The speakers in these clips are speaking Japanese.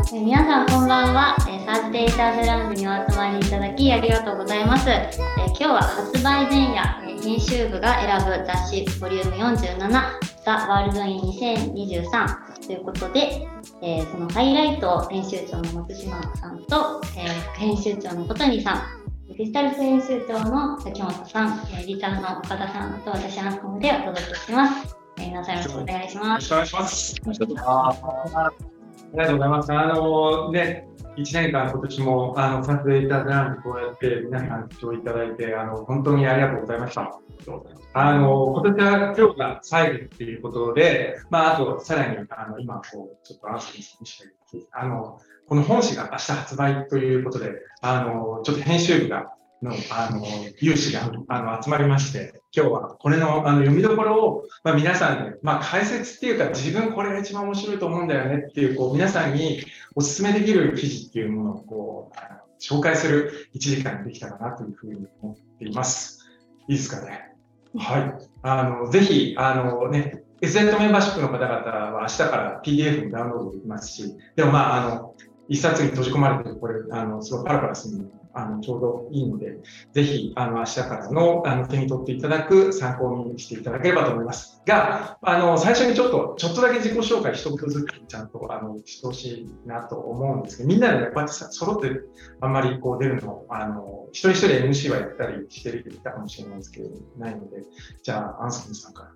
皆さんこんばんは。サーズデーターズラウンジにお集まりいただきありがとうございます。今日は発売前夜、編集部が選ぶ雑誌ボリューム47ザ・ワールドイン2023ということで、そのハイライトを編集長の松島さんと、副編集長の小谷さん、デジタル編集長の崎本さん、エディターの岡田さんと私アンコムでお届けします。皆さんよろしくお願いします。 よろしくお願いします。ありがとうございます。1年間今年もサーズデーターズラウンジこうやって皆さん視聴いただいて本当にありがとうございました。今年は今日が最後ということで、あとさらに今ちょっとアンサーにしてこの本誌が明日発売ということでちょっと編集部が有志が集まりまして、今日はこれの読みどころを皆さんで解説っていうか、自分これが一番面白いと思うんだよねっていう皆さんにお勧めできる記事っていうものを紹介する1時間にできたかなというふうに思っています。いいですかね。はい。ぜひSZ メンバーシップの方々は明日から PDF にダウンロードできますし、でも一冊に閉じ込まれてるこれすごいパラパラするのちょうどいいので、ぜひ明日からの手に取っていただく参考にしていただければと思いますが、最初にちょっとだけ自己紹介一言ずつちゃんとしてほしいなと思うんですけど、みんなでねこうやって揃ってあんまり出るの一人一人 MC はやったりしてる人いたかもしれないですけどないので、じゃあアンスコムさんから。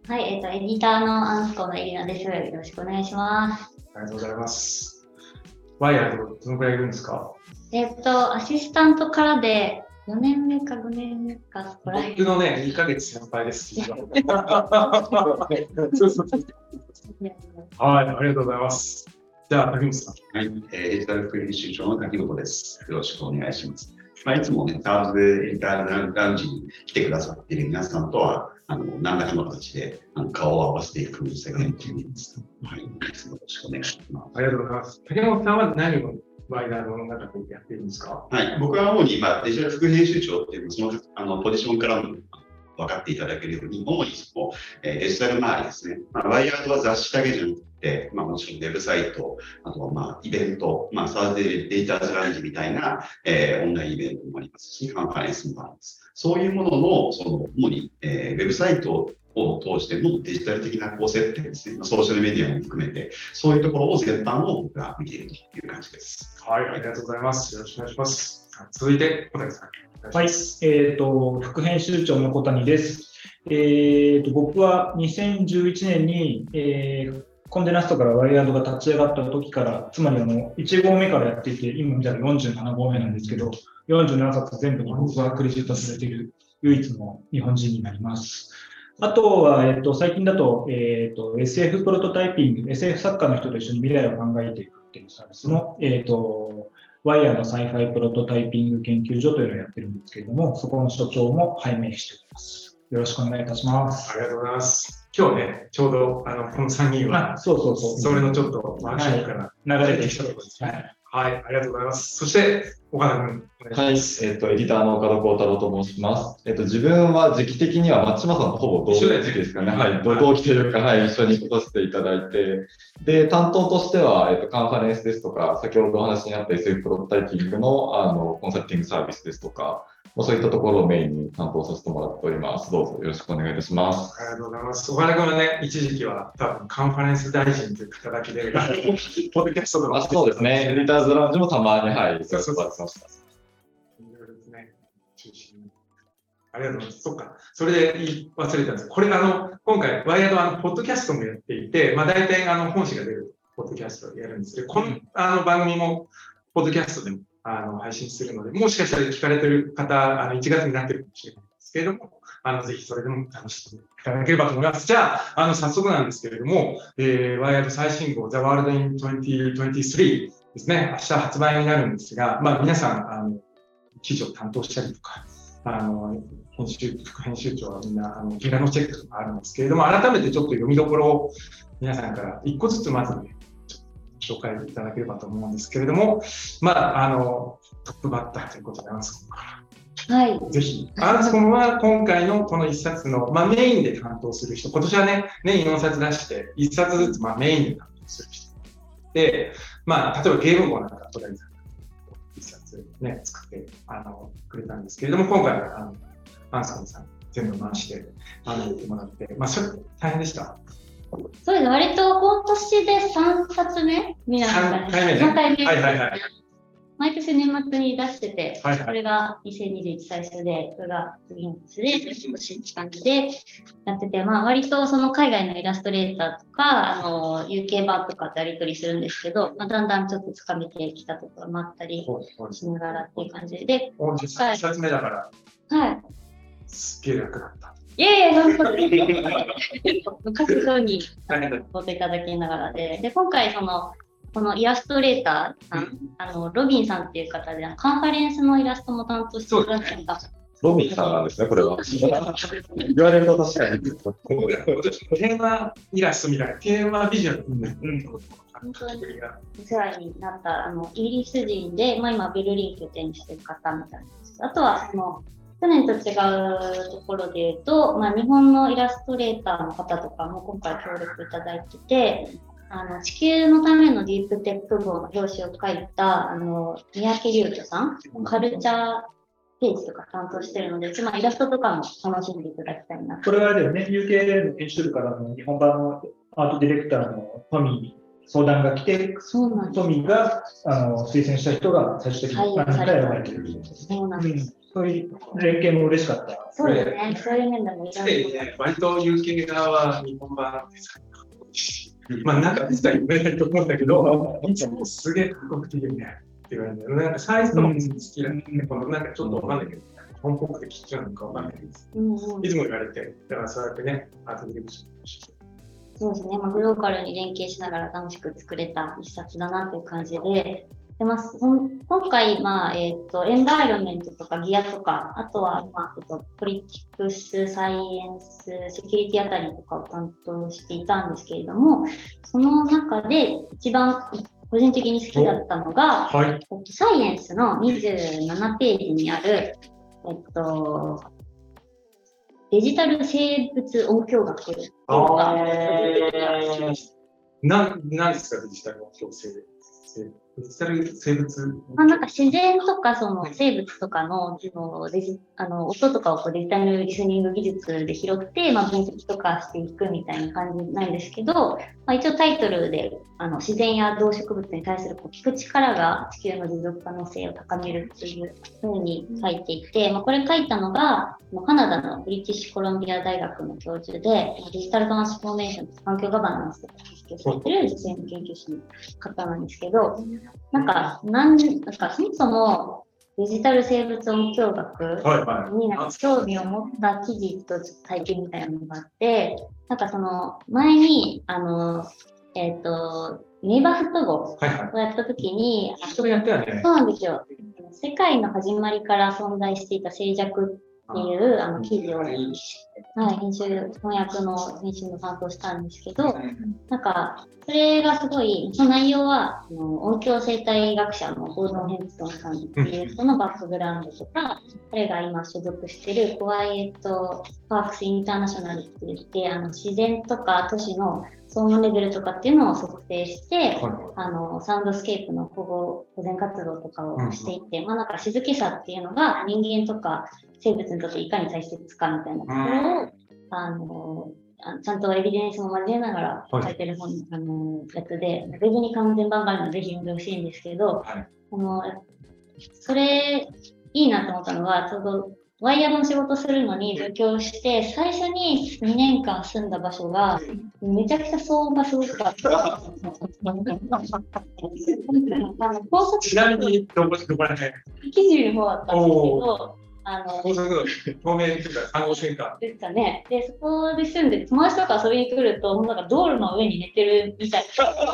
はい、エディターのアンスコのエリナです。よろしくお願いします。 ありがとうございます。ワイヤーどのくらいいるんですか？ アシスタントからで4年目か5年目かそこら辺。 僕のね、2ヶ月先輩です。はい、ありがとうございます。じゃあ、滝本さん。 はい、デジタル副編集長の滝本です。よろしくお願いします。いつもね、サーズでエディターラウンジに来てくださっている皆さんとは、何らかの形で顔を合わせていく可能性があると思います。はい、よろしくお願いします。 ありがとうございます。滝本さんは何をワイヤーの中でやっているんですか？ はい、僕は主にデジタル副編集長っていうそのポジションからも分かっていただけるように、主にデジタル周りですね。ワイヤードは雑誌だけじゃなくて、もちろんウェブサイト、あとはイベント、サーズデーターズラウンジみたいな、オンラインイベントもありますし、カンファレンスもあります。そういうものの、主に、ウェブサイトを通してのデジタル的な設定ですね、ソーシャルメディアも含めて、そういうところを全般を僕が見ているという感じです。 はい、ありがとうございます。よろしくお願いします。続いて、小谷さん。 はい、副編集長の小谷です。僕は2011年に、コンデナストからワイヤードが立ち上がった時から、つまり1号目からやっていて、今みたいな47号目なんですけど、47冊全部に僕がクレジットされている唯一の日本人になります。あとは、最近だと、SF プロトタイピング、SF 作家の人と一緒に未来を考えていくっていうサービスの、ワイヤーのサイファイプロトタイピング研究所というのをやってるんですけれども、そこの所長も拝命しております。よろしくお願いいたします。 ありがとうございます。今日ね、ちょうどこの3人は、それのちょっとワークショップから流れてきたところですね。はい、ありがとうございます。そして、岡田君。 はい、エディターの岡田幸太郎と申します。自分は時期的には松島さんとほぼ同時期ですかね。はい、同期というか、はい、一緒に来させていただいて、で、担当としては、カンファレンスですとか、先ほどお話にあった SF プロトタイピングの、コンサルティングサービスですとか、そういったところをメインに担当させてもらっております。どうぞよろしくお願いいたします。 ありがとうございます。岡田君はね、一時期は多分カンファレンス大臣という肩書きで、ポッドキャストとか。 そうですね。エディターズラウンジもたまに、はい、そうました。 ありがとうございます。そっか。それで忘れたんです。これ今回、ワイヤードポッドキャストもやっていて、大体本誌が出るポッドキャストをやるんですけど、この番組も、ポッドキャストでも配信するので、もしかしたら聞かれてる方、1月になってるかもしれないんですけれども、ぜひそれでも楽しんでいただければと思います。じゃあ、早速なんですけれども、ワイヤード最新号、The World in 2023ですね、明日発売になるんですが、皆さん、記事を担当したりとか、副編集長はみんなギガのチェックがあるんですけれども、改めてちょっと読みどころを皆さんから1個ずつまずね、紹介いただければと思うんですけれども、トップバッターということで、アンスコムから。はい。ぜひ、アンスコムは今回のこの1冊の、メインで担当する人、今年はね、年4冊出して、1冊ずつメインで担当する人。 で、まあ、例えばゲーム号なんか戸田さんが一冊ね、作ってくれたんですけれども、今回はアンソニーさん全部回してやってもらって、まあ、それ大変でした。 そうです。割と今年で3冊目になったんです。 3回目ね。 はいはいはいはい。 毎年年末に出してて、 はいはい、 これが2021最初で、これが次の年で、少しって感じでやってて、まあ割とその海外のイラストレーターとか、UK 版とかとやり取りするんですけど、まあ、だんだんちょっとつかめてきたところもあったりしながらっていう感じで。 1冊目だから。 はい。 すっげえ楽だった。 いやいや、なんか、活動におっていただきながらで、今回このイラストレーターさん、ロビンさんっていう方で、カンファレンスのイラストも担当してくださった。 ロビンさんなんですね、これは。言われると確かに。 テーマイラストみたいな、テーマビジュアル。 本当にお世話になったイギリス人で、まあ、今ベルリン拠点にしてる方みたいなんです。あとは去年と違うところで言うと、まあ、日本のイラストレーターの方とかも今回協力いただいてて、地球のためのディープテック号の表紙を書いた三宅龍斗さん、カルチャーページとか担当してるので、まあ、イラストとかも楽しんでいただきたいな。 これはあれだよね、UK の編集部からの日本版のアートディレクターのトミーに相談が来て、トミーが推薦した人が最終的に選ばれている。 そうなんです。 そういう連携も嬉しかった。 そうですね。そういう面でもいろいろ。 割と UK 側は日本版デザインが多いし、まあなんかデザイン言えないと思うんだけど、いつもすげえかっこよくていいよねって言われる。なんかサイズとも好きだね。なんかちょっとわかんないけど、本っぽくてきっちゃうのかわかんないです。いつも言われて、だからそうやってね、アートディレクションして。 そうですね。まあ、グローカルに連携しながら楽しく作れた一冊だなという感じで、まあ、今回、まあエンバイロメントとかギアとか、あとは、まあ、ポリティクス、サイエンス、セキュリティあたりとかを担当していたんですけれども、その中で一番個人的に好きだったのが、はい、サイエンスの27ページにある、デジタル生物音響学っていうのが何ですか、デジタル音響デジタル生物、 まあ、なんか自然とか生物とかの音とかをデジタルリスニング技術で拾って、まあ、分析とかしていくみたいな感じなんですけど、まあ、一応タイトルで自然や動植物に対する聞く力が地球の持続可能性を高めるというふうに書いていて、まあ、これ書いたのがカナダのブリティッシュコロンビア大学の教授でデジタルトランスフォーメーションと環境ガバナンスとか研究されている女性の研究者の方なんですけど、なんかそもそもデジタル生物音響学になんか興味を持った記事と体験みたいなのがあって、なんか前にネイバーフット号をやったときに、 そうなんですよ。世界の始まりから存在していた静寂っていう記事を、編集、翻訳の編集の担当したんですけど、なんか、それがすごい、その内容は、音響生態学者のゴードン・ヘンプソンさんっていう人のバックグラウンドとか、彼が今所属しているクワイエット・パークス・インターナショナルって言って、自然とか都市の騒音レベルとかっていうのを測定して、サウンドスケープの保全活動とかをしていて、まあなんか静けさっていうのが人間とか生物にとっていかに大切かみたいなところを、ちゃんとエビデンスも交えながら書いてる本、やつで、ウェブに完全版があるのでぜひ読んでほしいんですけど、それいいなと思ったのは、ちょうどワイヤードの仕事するのに上京して、最初に2年間住んだ場所が、めちゃくちゃ騒音がすごかった。 ちなみに、どこら辺記事の方だったんですけど、 高速道路、表面というか、3号線か。 ですかね。で、そこで住んで、友達とか遊びに来ると、もうなんか道路の上に寝てるみたい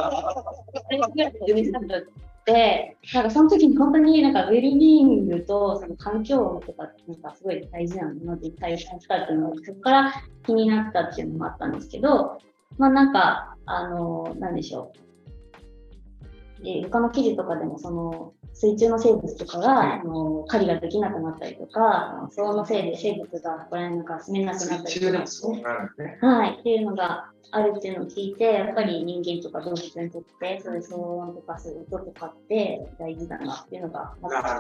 な。で、なんかその時に本当になんかウェルビーイングとその環境音とかってなんかすごい大事なので対応したっていうのがそこから気になったっていうのもあったんですけど、まあなんかなんでしょう。他の記事とかでも水中の生物とかが、狩りができなくなったりとか、騒音のせいで生物がここら辺なんか住めなくなったりとか、はい、っていうのがあるっていうのを聞いて、やっぱり人間とか動物にとって、そういう騒音とかそういう音とかって大事だなっていうのが分かった。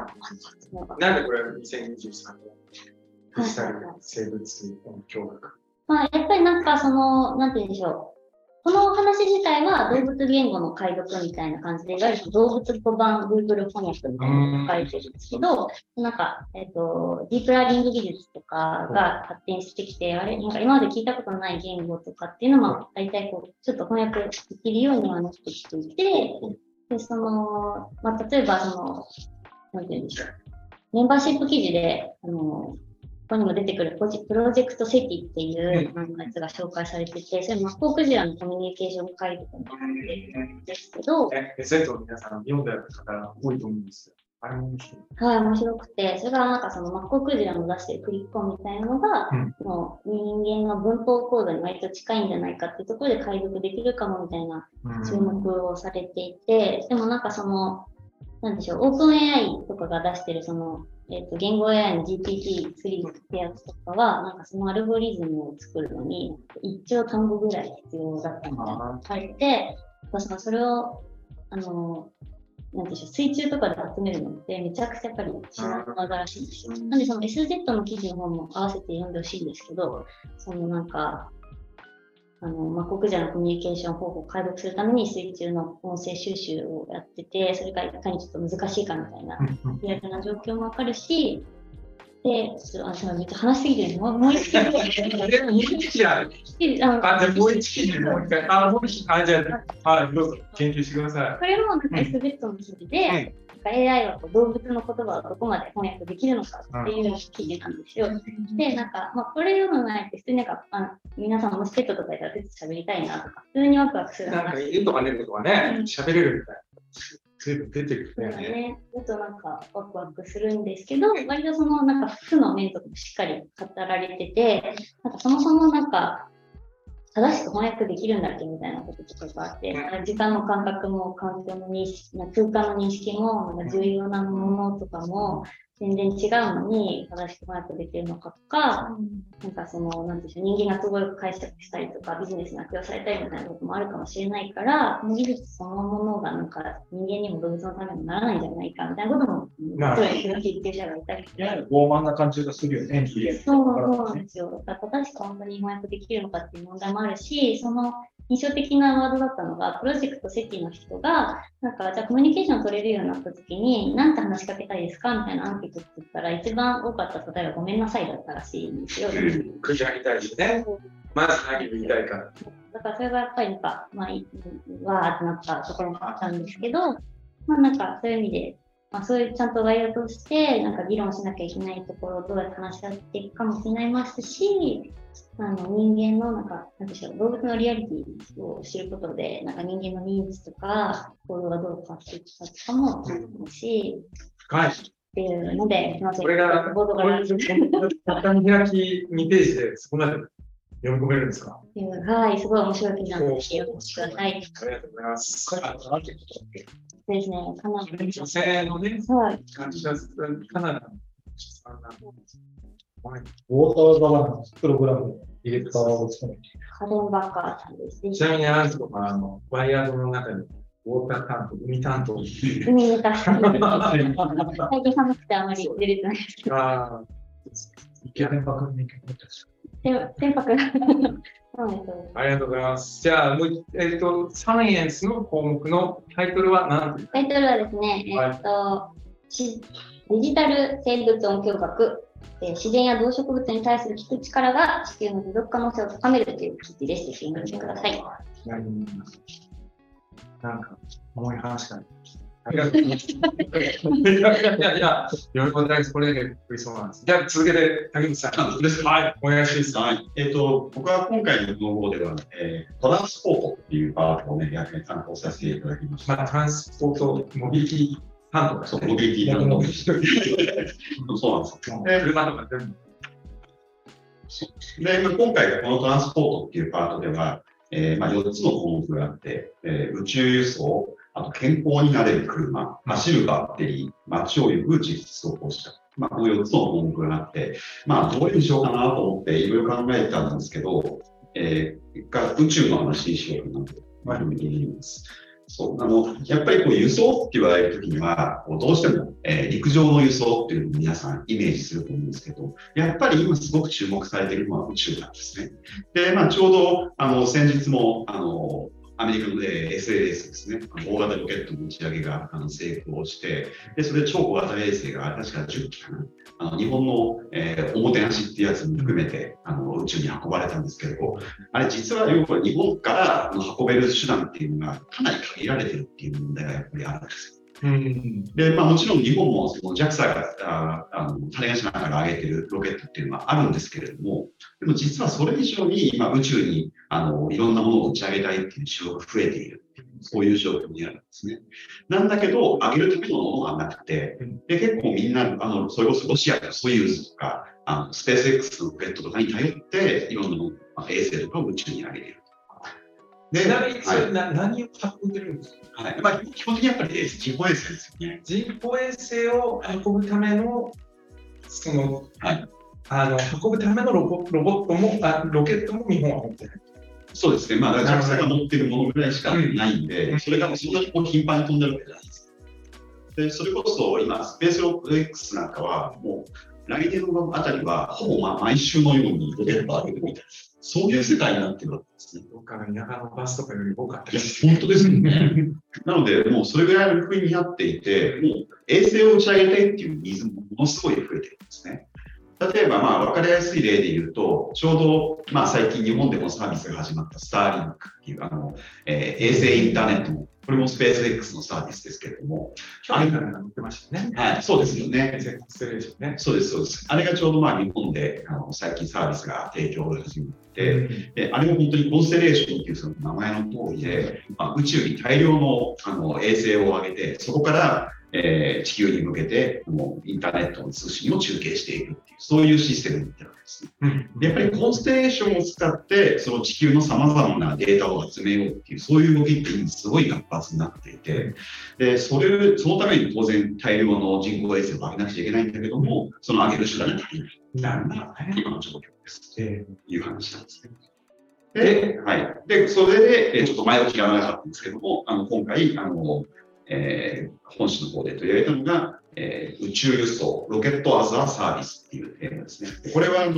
なんでこれは2023年デジタル生物音響学。 まあ、やっぱりなんかなんて言うんでしょう。この話自体は動物言語の解読みたいな感じで、いわゆる動物語版 Google 翻訳みたいなのが書いてるんですけど、なんか、ディープラーニング技術とかが発展してきて、あれ、なんか今まで聞いたことない言語とかっていうのも、大体こう、ちょっと翻訳できるようにはなってきていて、で、まあ、例えばなんて言うんでしょう。メンバーシップ記事で、ここにも出てくるプロジェクトセティっていうやつが紹介されてて、それマッコウクジラのコミュニケーション会とかになってるんですけど、 生徒の皆さん読んだ方多いと思うんですよ。あれも面白い。 はい、面白くて、それがなんかマッコウクジラの出してるクリック音みたいなのが、もう人間の文法コードに割と近いんじゃないかっていうところで解読できるかもみたいな注目をされていて、でもなんかなんでしょう、オープン AI とかが出してる言語 AI の GPT-3 ってやつとかは、なんかそのアルゴリズムを作るのに、1兆単語ぐらい必要だったみたいなのが書いてて、それを、なんでしょう、水中とかで集めるのってめちゃくちゃやっぱり至難の技らしいんですよ。なんでSZ の記事の方も合わせて読んでほしいんですけど、なんか、マッコウクジラのコミュニケーション方法を解読するために水中の音声収集をやってて、それがいかにちょっと難しいかみたいなリアルな状況もわかるし、で、ちょっとめっちゃ話しすぎてるのもう一回。 もう一記ある。もう一記もう一回。じゃあ、はい、どうぞ、研究してください。 これもなんか SZ の記事で、AI は動物の言葉をどこまで翻訳できるのかっていう記事なんですよ。で、なんか、まあ、これ読む前って普通になんか、皆さんもしペットとかいたらペット喋りたいなとか、普通にワクワクする話。 なんか、犬とか猫とかね、喋れるみたいな。随分出てるね。ちょっとなんかワクワクするんですけど、割となんか負の面とかもしっかり語られてて、なんかそもそもなんか、正しく翻訳できるんだっけみたいなこととかがあって、時間の感覚も環境の認識、空間の認識も、なんか重要なものとかも全然違うのに正しく翻訳できるのかとか、なんかなんていう人間が都合よく解釈したりとか、ビジネスに悪用されたりみたいなこともあるかもしれないから、技術そのものがなんか人間にも動物のためにもならないんじゃないかみたいなことも、そういう研究者がいたりとか。 傲慢な感じがするよね。 そうなんですよ。だから正しく本当に翻訳できるのかっていう問題もあるし、印象的なワードだったのが、プロジェクトセティの人が、なんか、じゃあコミュニケーション取れるようになった時に、なんて話しかけたいですかみたいなアンケートって言ったら、一番多かった答えはごめんなさいだったらしいんですよ。 くじゃりたいしね。まず何を言いたいか。 だからそれがやっぱりなんか、まあ、わーってなったところもあったんですけど、まあなんかそういう意味で、まあそういうちゃんと概要として、なんか議論しなきゃいけないところをどうやって話し合っていくかもしれますし、人間のなんでしょう、動物のリアリティを知ることで、なんか人間のニーズとか、行動がどう変わっていくかとかも思うし、 深い。 っていうので、 これが、ボードが開き2ページでそこまで読み込めるんですか？ はい、すごい面白い記事なんです。よろしくください。 ありがとうございます。 ですね、カナダ。 女性のね、 はい。 カナダのウォーターガバナンスプログラムディレクターを務めているカレン・バッカーさんですね。 ちなみにあるとか、ワイヤードの中にウォーター担当、海担当。 海に出して最近寒くてあまり出れてないですけど。 船舶の免許持ってらっしゃる。 船舶ありがとうございます。じゃあ、サイエンスの項目のタイトルは何ですか？ タイトルはですね、デジタル生物音響学、自然や動植物に対する聞く力が地球の持続可能性を高めるという記事です。ぜひ読んでください。 なんか、重い話だね。ありがとうございます。いや、よろしくお願いします。これだけびっくりそうなんです。じゃあ、続けて、竹内さん。はい、お願いします。 はい。僕は今回のこの方では、トランスポートっていうパートをね、担当させていただきました。 トランスポート、モビリティ担当ですね。 そう、モビリティ担当。そうなんですよ。 車とか全部。 で、今回このトランスポートっていうパートでは、4つの項目があって、宇宙輸送、 あと健康になれる車、走るバッテリー、街を行く自律走行車。この4つの項目があって、どういうにしようかなと思っていろいろ考えたんですけど、宇宙の話にしようかなと思います。やっぱり輸送って言われるときには、どうしても、陸上の輸送っていうのを皆さんイメージすると思うんですけど、やっぱり今すごく注目されているのは宇宙なんですね。で、ちょうど、先日も、アメリカの、SLS ですね、大型ロケットの打ち上げが成功して、で、それで超小型衛星が確か10機かな、日本の、おもてなしっていうやつも含めて宇宙に運ばれたんですけれど、あれ実は要は日本から運べる手段っていうのがかなり限られてるっていう問題がやっぱりあるんですよ。で、もちろん日本もJAXA が種子島から上げてるロケットっていうのはあるんですけれども、でも実はそれ以上に今宇宙にいろんなものを打ち上げたいっていう需要が増えている。そういう状況にあるんですね。なんだけど、上げるためのものがなくて、で、結構みんな、それこそロシアのソユーズとか、スペース X のロケットとかに頼って、いろんなもの、衛星とかを宇宙に上げている。 ちなみにそれ、何を運んでるんですか？ 基本的にやっぱり人工衛星ですよね。 人工衛星を運ぶための、運ぶためのロケットも日本は持ってない。 そうですね。JAXA が持っているものぐらいしかないんで、それがそんなに頻繁に飛んでるわけじゃないです。で、それこそ今、スペース X なんかは、もう来年のあたりは、ほぼ毎週のようにロケットを上げるみたいな、そういう世界になってるわけですね。 どっかの田舎のバスとかより多かったです。本当ですね。なので、もうそれぐらいの風になっていて、もう衛星を打ち上げたいっていうニーズもものすごい増えてるんですね。例えば、分かりやすい例で言うと、ちょうど、最近日本でもサービスが始まったスターリンクっていう、衛星インターネットの、これもスペース X のサービスですけれども、 去年から乗ってましたね。 はい、そうですよね。そうです、そうです。あれがちょうど日本で最近サービスが提供を始めて、で、あれも本当にコンステレーションっていうその名前の通りで、宇宙に大量の衛星を上げて、そこから地球に向けてインターネットの通信を中継していくっていう、そういうシステムになってるわけですね。でやっぱりコンステレーションを使って、その地球のさまざまなデータを集めようっていう、そういう動きって今すごい活発になっていて、でそのために当然大量の人工衛星を上げなくちゃいけないんだけども、その上げる手段が足りないみたいな今の状況ですという話なんですね。で、はい。で、それで、ちょっと前置きが長かったんですけども、今回、本誌の方で取り上げたのが、宇宙輸送、ロケットアザーサービスっていうテーマですね。これは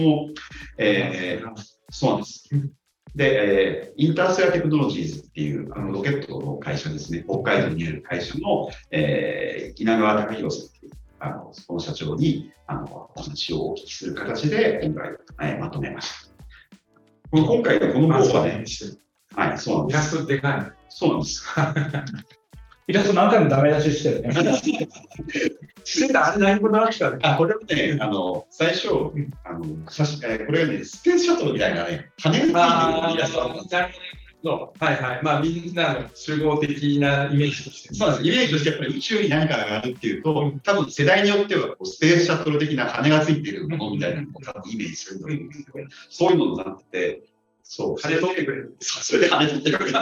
そうなんです。で、インターステラテクノロジーズっていうロケットの会社ですね、北海道にある会社の、稲川隆弘さんっていうこの社長にお話をお聞きする形で、今回、まとめました。今回のこの方はね、はい、そうなんです。 イラストでかい。 そうなんです。 イラスト何回もダメ出ししてるね。 してたあれ何ことなくたね。 これはね、最初、これがね、スペースシャトルみたいなね、羽がついてるイラストなんですよ。 はいはい。みんなの集合的なイメージとして。 そうです。イメージとしてやっぱり宇宙に何かがあるっていうと、多分世代によってはスペースシャトル的な羽がついてるものみたいなのを多分イメージすると思うんですけど、そういうのになってて、そう。 羽取ってくれる。 それで羽取ってくれる。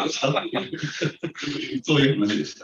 そういう話でした。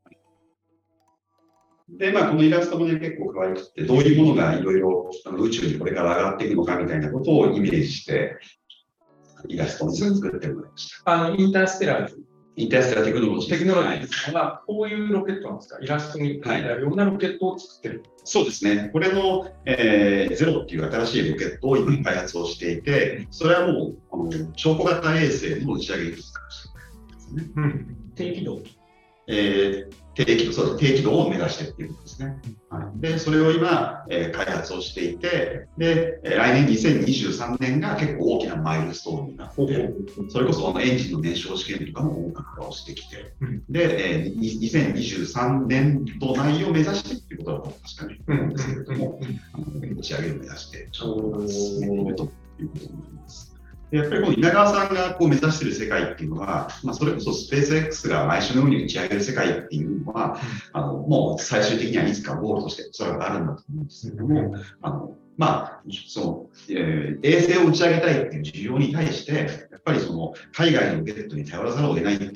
で、このイラストもね、結構可愛くて、どういうものがいろいろ宇宙にこれから上がっていくのかみたいなことをイメージして、イラストを作ってもらいました。 インターステラーテクノロジー。 テクノロジーですが、こういうロケットなんですか？イラストにいろんなロケットを作ってる。 そうですね。これの、ゼロっていう新しいロケットを今開発をしていて、それはもう超小型衛星の打ち上げに使うですね。 低軌道。 低軌道を目指してっていうことですね。で、それを今、開発をしていて、で、来年2023年が結構大きなマイルストーンになって、それこそエンジンの燃焼試験とかも本格化をしてきて、で、2023年度内を目指してっていうことは確かに思うんですけれども、打ち上げを目指してちょっと進めているということになります。やっぱりこの稲川さんが目指している世界っていうのは、それこそスペース X が毎週のように打ち上げる世界っていうのは、もう最終的にはいつかゴールとしてそれがあるんだと思うんですけれども、衛星を打ち上げたいっていう需要に対して、やっぱりその海外のロケットに頼らざるを得ないっていう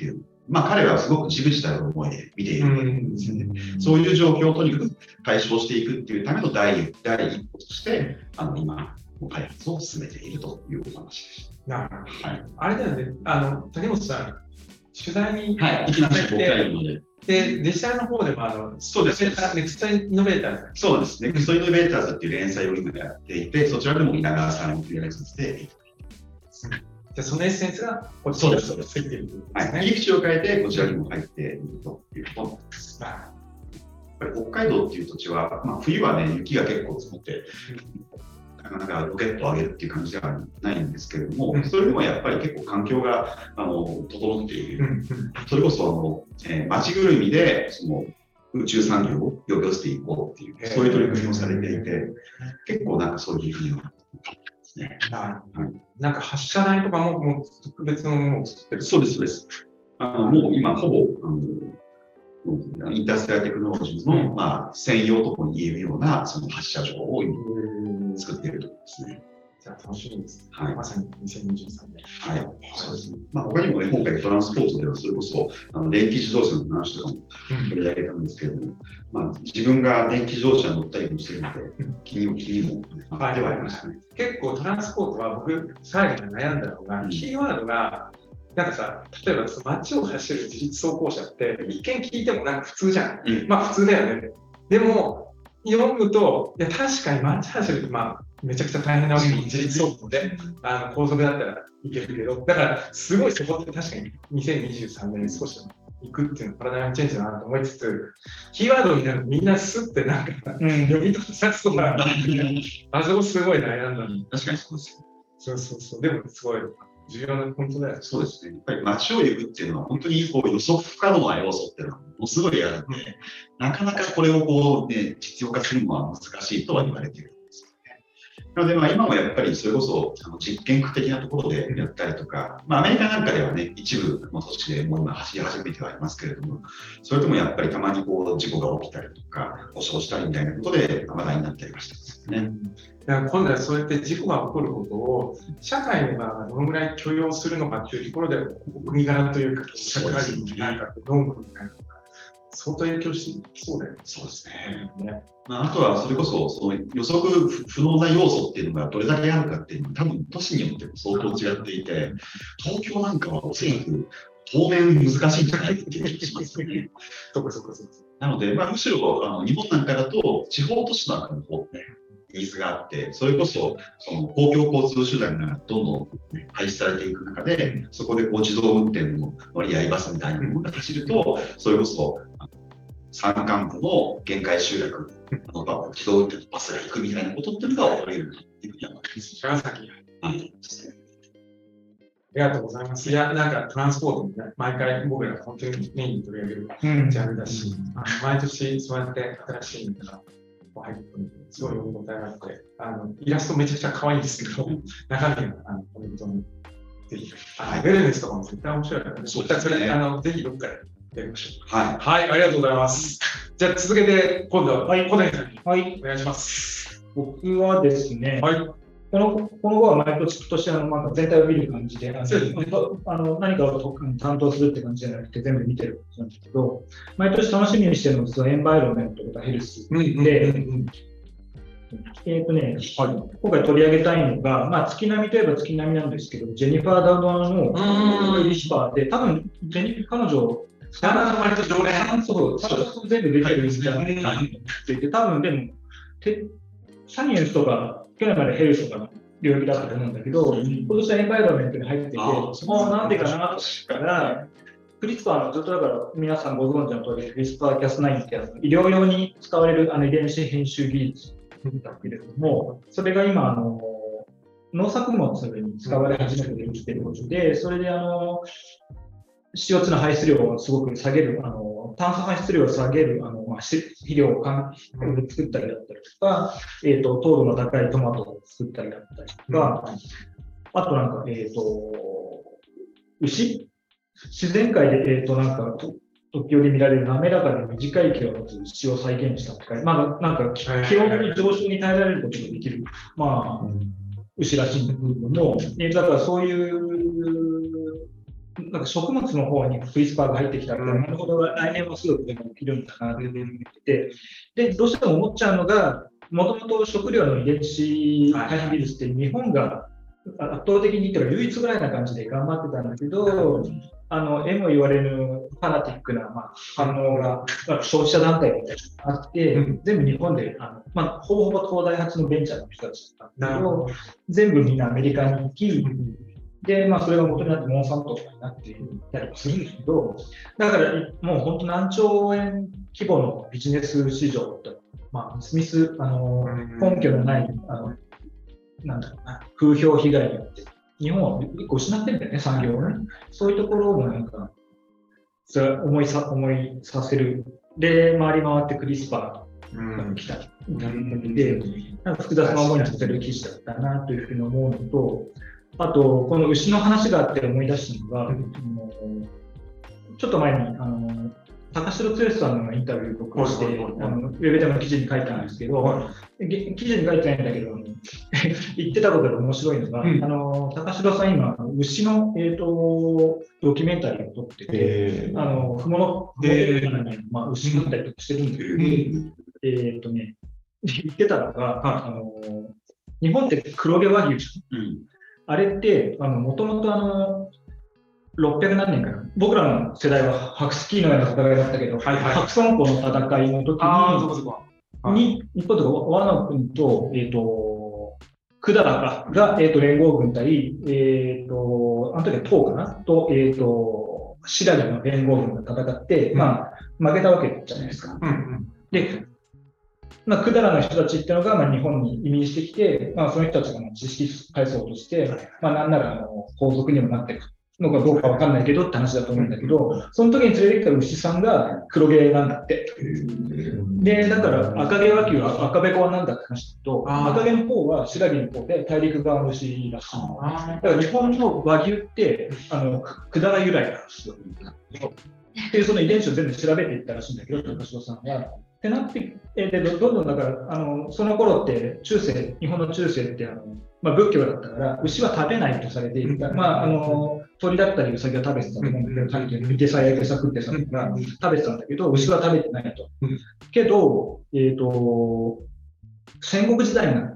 彼はすごく自たる思いで見ているんですね。そういう状況をとにかく解消していくっていうための第一歩として、今、開発を進めているというお話でした。 なるほど。はい。あれだよね、谷本さん、取材に行きました、 で、デジタルの方でも、 そうです。 ネクストイノベーターズ。 そうです。ネクストイノベーターズっていう連載を今やっていて、そちらでも稲川さんをやらせていただいて、 じゃそのエッセンスがこちらに入っているということですね。切り口を変えて、こちらにも入っているということになります。やっぱり北海道っていう土地は、冬はね、雪が結構積もって、なかなかロケットを上げるっていう感じではないんですけれども、それでもやっぱり結構環境が整っている。それこそ街ぐるみでその宇宙産業を呼び寄せていこうっていう、そういう取り組みをされていて、結構なんかそういうふうにですね。 なんか発射台とかも特別のものを作ってる。 そうです、そうです。もう今ほぼインターステラーテクノロジーの、専用とも言えるようなその発射場を作っているところですね。 じゃあ楽しみです。 はい、 まさに2023年。 はい。そうですね。他にもね、今回トランスポートではそれこそ電気自動車の話とかも取り上げたんですけれども、自分が電気自動車に乗ったりもしてるので、気にもなってはありましたね。 結構トランスポートは僕、最後に悩んだのが、キーワードが、なんかさ、例えば街を走る自律走行車って一見聞いてもなんか普通じゃん。普通だよね。でも読むと、いや確かに街走るってめちゃくちゃ大変なわけで、自律走行で高速だったらいけるけど、だからすごいそこって確かに2023年に少し行くっていうのはパラダイムチェンジだなと思いつつ、キーワードになるとみんなスッてなんか、読み取ったとか、あそこすごい悩んだ。 確かにそうですよ。そう。でもすごい。重要なポイントだよね。 そうですね。やっぱり街を行くっていうのは本当に予測不可能な要素っていうのはものすごいあるので、なかなかこれを実用化するのは難しいとは言われているんですよね。なので今もやっぱりそれこそ実験区的なところでやったりとか、アメリカなんかではね、一部の都市でもう今走り始めてはいますけれども、それともやっぱりたまに事故が起きたりとか、故障したりみたいなことで話題になったりはしてますね。 今度はそうやって事故が起こることを社会がどのぐらい許容するのかっていうところで国柄というか社会のなんかノームみたいなのが相当影響してきそうだよね。 そうですね。あとはそれこそその予測不能な要素っていうのがどれだけあるかっていうのは多分都市によっても相当違っていて、東京なんかはおそらく当面難しいんじゃないかっていう気がしますね。 そうなので、むしろ日本なんかだと地方都市なんかの方ね、ニーズがあって、それこそ、その公共交通手段がどんどん廃止されていく中で、そこで自動運転の乗り合いバスみたいなものが走ると、それこそ山間部の限界集落の自動運転のバスが行くみたいなことっていうのが起こり得るっていうふうに思います。 長崎ありがとうございます。いや、なんかトランスポートもね、毎回僕ら本当にメインに取り上げるジャンルだし、毎年そうやって新しいのが入ってくるので、すごい読み応えがあって、イラストめちゃくちゃ可愛いんですけど、中身がコメントにぜひ、ベルネスとかも絶対面白いからね。 そうですね。 ぜひどっかでやりましょう。 はい、 ありがとうございます。じゃあ続けて、今度は小谷さんにお願いします。 僕はですね、この後は毎年として全体を見る感じで、何かを担当するって感じじゃなくて、全部見てる感じなんですけど、毎年楽しみにしてるのはエンバイロメントとかヘルスで、今回取り上げたいのが、月並みといえば月並みなんですけど、ジェニファー・ダウドアのリシパーで、多分彼女、 割と常連そう全部出てるんじゃないかなと思っていて、多分でも、サイエンスとか、去年までヘルスとかの領域だったと思うんだけど、今年はエンバイロメントに入っていて、なんでかなと思ったら、クリスパーのずっとだから皆さんご存知の通り、クリスパー・キャス9って医療用に使われる遺伝子編集技術だけれども、それが今農作物に使われ始めてきていることで、それでCO2 の排出量をすごく下げる、炭素排出量を下げる肥料を作ったりだったりとか、糖度の高いトマトを作ったりだったりとか、あとなんか、牛自然界で、時折見られる滑らかで短い毛を持つ牛を再現したとか、なんか気温の上昇に耐えられることができる、牛らしいんだけれども、だからそういうなんか食物の方にクリスパーが入ってきたら、なるほど、来年はすぐでも起きるんだなって思ってて、で、どうしても思っちゃうのが、もともと食料の遺伝子改変技術って日本が圧倒的に言ったら唯一ぐらいな感じで頑張ってたんだけど、えも言われるファナティックな、反応が、消費者団体みたいなのがあって、全部日本で、ほぼほぼ東大発のベンチャーの人たちだったんだけど、全部みんなアメリカに行き、で、それが元になってモンサントとかになっていたりもするんですけど、だからもう本当何兆円規模のビジネス市場って、みすみす根拠のないなんだろうな、風評被害によって日本は一個失ってるんだよね、産業をね。そういうところもなんかそれ思いさせる。で、回り回ってクリスパーが来たみたいなので、なんか複雑な思いにさせる記事だったなというふうに思うのと、あとこの牛の話があって思い出したのが、ちょっと前に高城剛さんのインタビューを僕して、ウェブでも記事に書いたんですけど、記事に書いてないんだけど、言ってたことで面白いのが、高城さん今、牛の、ドキュメンタリーを撮ってて、ふもの牛だったりとかしてるんだけど、言ってたのが、日本って黒毛和牛じゃん。あれって、もともと600何年かな、僕らの世代は白スキーのような戦いだったけど、白村江の戦いの時に、日本とか倭の国と、百済が、連合軍対、あの時は唐かなと、新羅の連合軍が戦って、負けたわけじゃないですか。で、百済の人たちっていうのが、日本に移民してきて、その人たちが知識階層として、なんなら皇族にもなっていくのかどうかわかんないけどって話だと思うんだけど、その時に連れてきた牛さんが黒毛なんだって。で、だから赤毛和牛は赤べこはなんだって話だと、赤毛の方は新羅の方で大陸側の牛らしい。だから日本の和牛って、百済由来なんですよ。で、その遺伝子を全部調べていったらしいんだけど、高城さんは。ってなって、でどんどんだから、その頃って日本の中世って仏教だったから、牛は食べないとされていた。鳥だったりウサギは食べてたと思うんだけど、見てさえ餌食ってたから食べてたんだけど、牛は食べてないと。けど、戦国時代になって、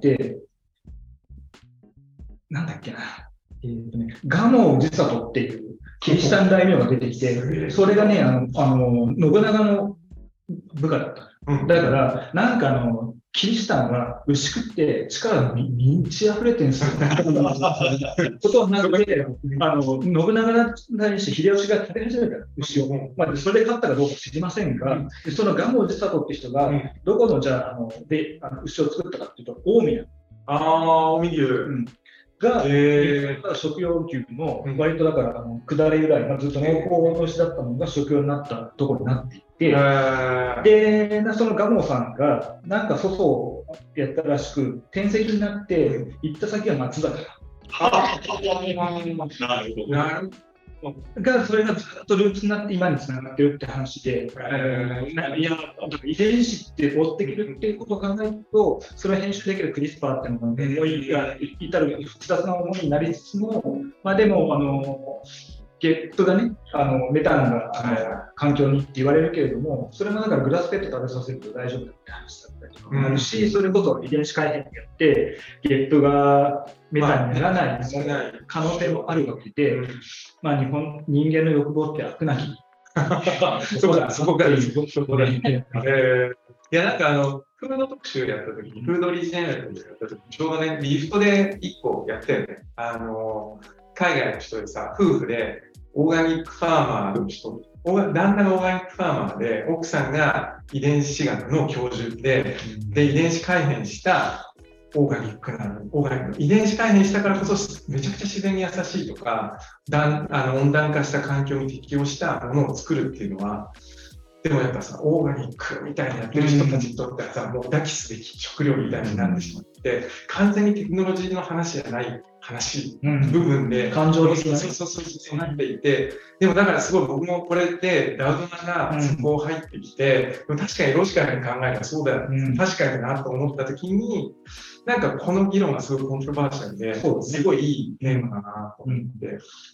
なんだっけな、蒲生氏郷っていうキリシタン大名が出てきて、それがね、信長の部下だった。だから、なんかキリシタンは牛食って力が満ち溢れてるんですよ。ことになって、信長に対して秀吉が食べ始めた牛を、それで勝ったかどうか知りませんが、その蒲生氏郷って人が、どこのじゃあ、牛を作ったかっていうと、近江なの。 近江牛。 が、食用牛の割とだから下り由来、ずっと濃厚の牛だったのが食用になったところになっていて、で、その蒲生さんがなんか粗相をやったらしく転籍になって行った先は松坂。それがずっとルーツになって今につながってるって話で、遺伝子って追ってくるっていうことを考えると、それを編集できるクリスパーっていうのが思いが至る複雑な思いになりつつも、でもゲップがね、メタンが環境にって言われるけれども、それもだからグラスフェッド食べさせると大丈夫だって話だったりとかあるし、それこそ遺伝子改変によってゲップがメタンにならない可能性もあるわけで、人間の欲望って悪なき。 そこからです。いや、なんかフード特集やった時に、フードリジェネラティブやった時に、ちょうどね、リフトで1個やったよね。海外の人でさ、夫婦でオーガニックファーマーの人、旦那がオーガニックファーマーで、奥さんが遺伝子学の教授で、遺伝子改変したオーガニック遺伝子改変したからこそめちゃくちゃ自然に優しいとか、温暖化した環境に適応したものを作るっていうのは、でもやっぱさ、オーガニックみたいにやってる人たちにとってはさ、もう抱きすべき食料みたいになってしまって、完全にテクノロジーの話じゃない話、部分で、 感情的なね。 そうなっていて、でもだからすごい僕もこれでダウトナがそこ入ってきて、確かにロジカルに考えたらそうだよ、確かになと思った時に、なんかこの議論がすごいコントロバーシャルで、すごいいいテーマだなと思って。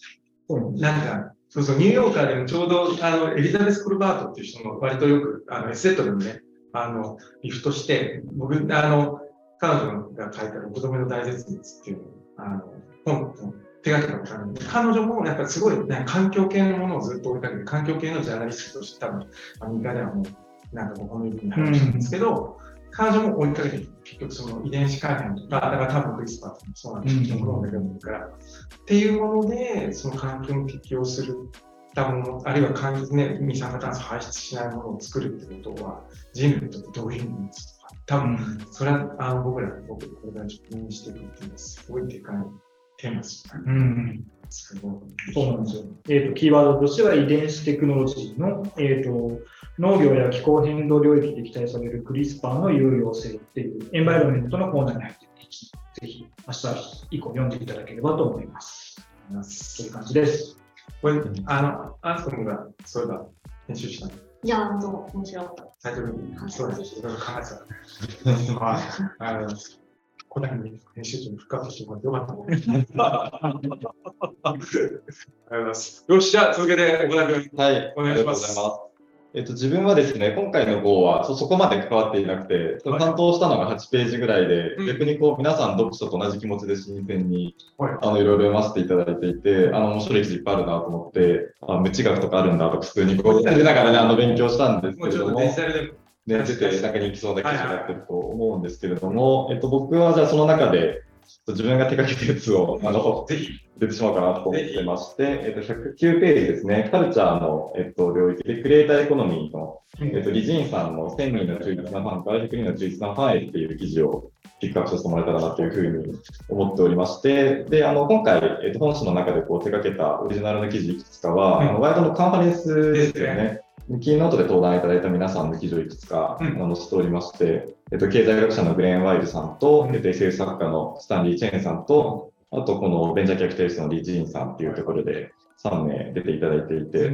なんか、そうそう、ニューヨーカーでもちょうど、エリザベス・コルバートっていう人も割とよく、エッセットでもね、リフトして、僕、彼女が書いた6度目の大絶滅っていう本を手掛けたことあるんで、彼女もなんかすごい、ね、環境系のものをずっと追いかけて、環境系のジャーナリストとして多分、アメリカではもう、なんかこのように話したんですけど、彼女も追いかけて、結局その遺伝子改変とか、だから多分クリスパーとかもそうなんですけど、ものが出るから、っていうもので、その環境に適応するたもの、あるいは二酸化炭素排出しないものを作るってことは、人類にとってどういう意味ですか。多分、それは僕らこれから直面していくっていうのは、すごいでかいテーマですよね。すごい。 そうなんですよ。キーワードとしては遺伝子テクノロジーの、農業や気候変動領域で期待されるクリスパーの有用性っていうエンバイロメントのコーナーに入っています。ぜひ明日以降読んでいただければと思います。という感じです。 これ、アンスコムがそういえば編集したの。 いや、面白かった。 タイトルに、そうです。いろいろ考えてた。はい。小谷編集長に深くしてもらってよかったね。ありがとうございます。よし、じゃあ続けて小谷君、 はい、 お願いします。 自分はですね、今回の号はそこまで関わっていなくて、担当したのが8ページぐらいで、逆に皆さん読書と同じ気持ちで新鮮に、いろいろ読ませていただいていて、面白い記事いっぱいあるなと思って、無知学とかあるんだとか、普通にやりながらね、勉強したんですけれども、ね、出て中に行きそうな記事になってると思うんですけれども、僕はじゃあその中で、自分が手掛けたやつをぜひ出てしまおうかなと思ってまして、109ページですね、カルチャーの、領域でクリエイターエコノミーの、リジンさんの1000人の忠実なファンから100人の忠実なファンへっていう記事をピックアップさせてもらえたらなというふうに思っておりまして、で、今回、本誌の中で手掛けたオリジナルの記事いくつかは、ワイドのカンファレンスですよね。キーノートで登壇いただいた皆さんの記事をいくつか載せておりまして、経済学者のグレーン・ワイルさんと、SF 作家のスタンリー・チェンさんと、あとこのベンチャーキャピタリストのリー・ジーンさんっていうところで3名出ていただいていて、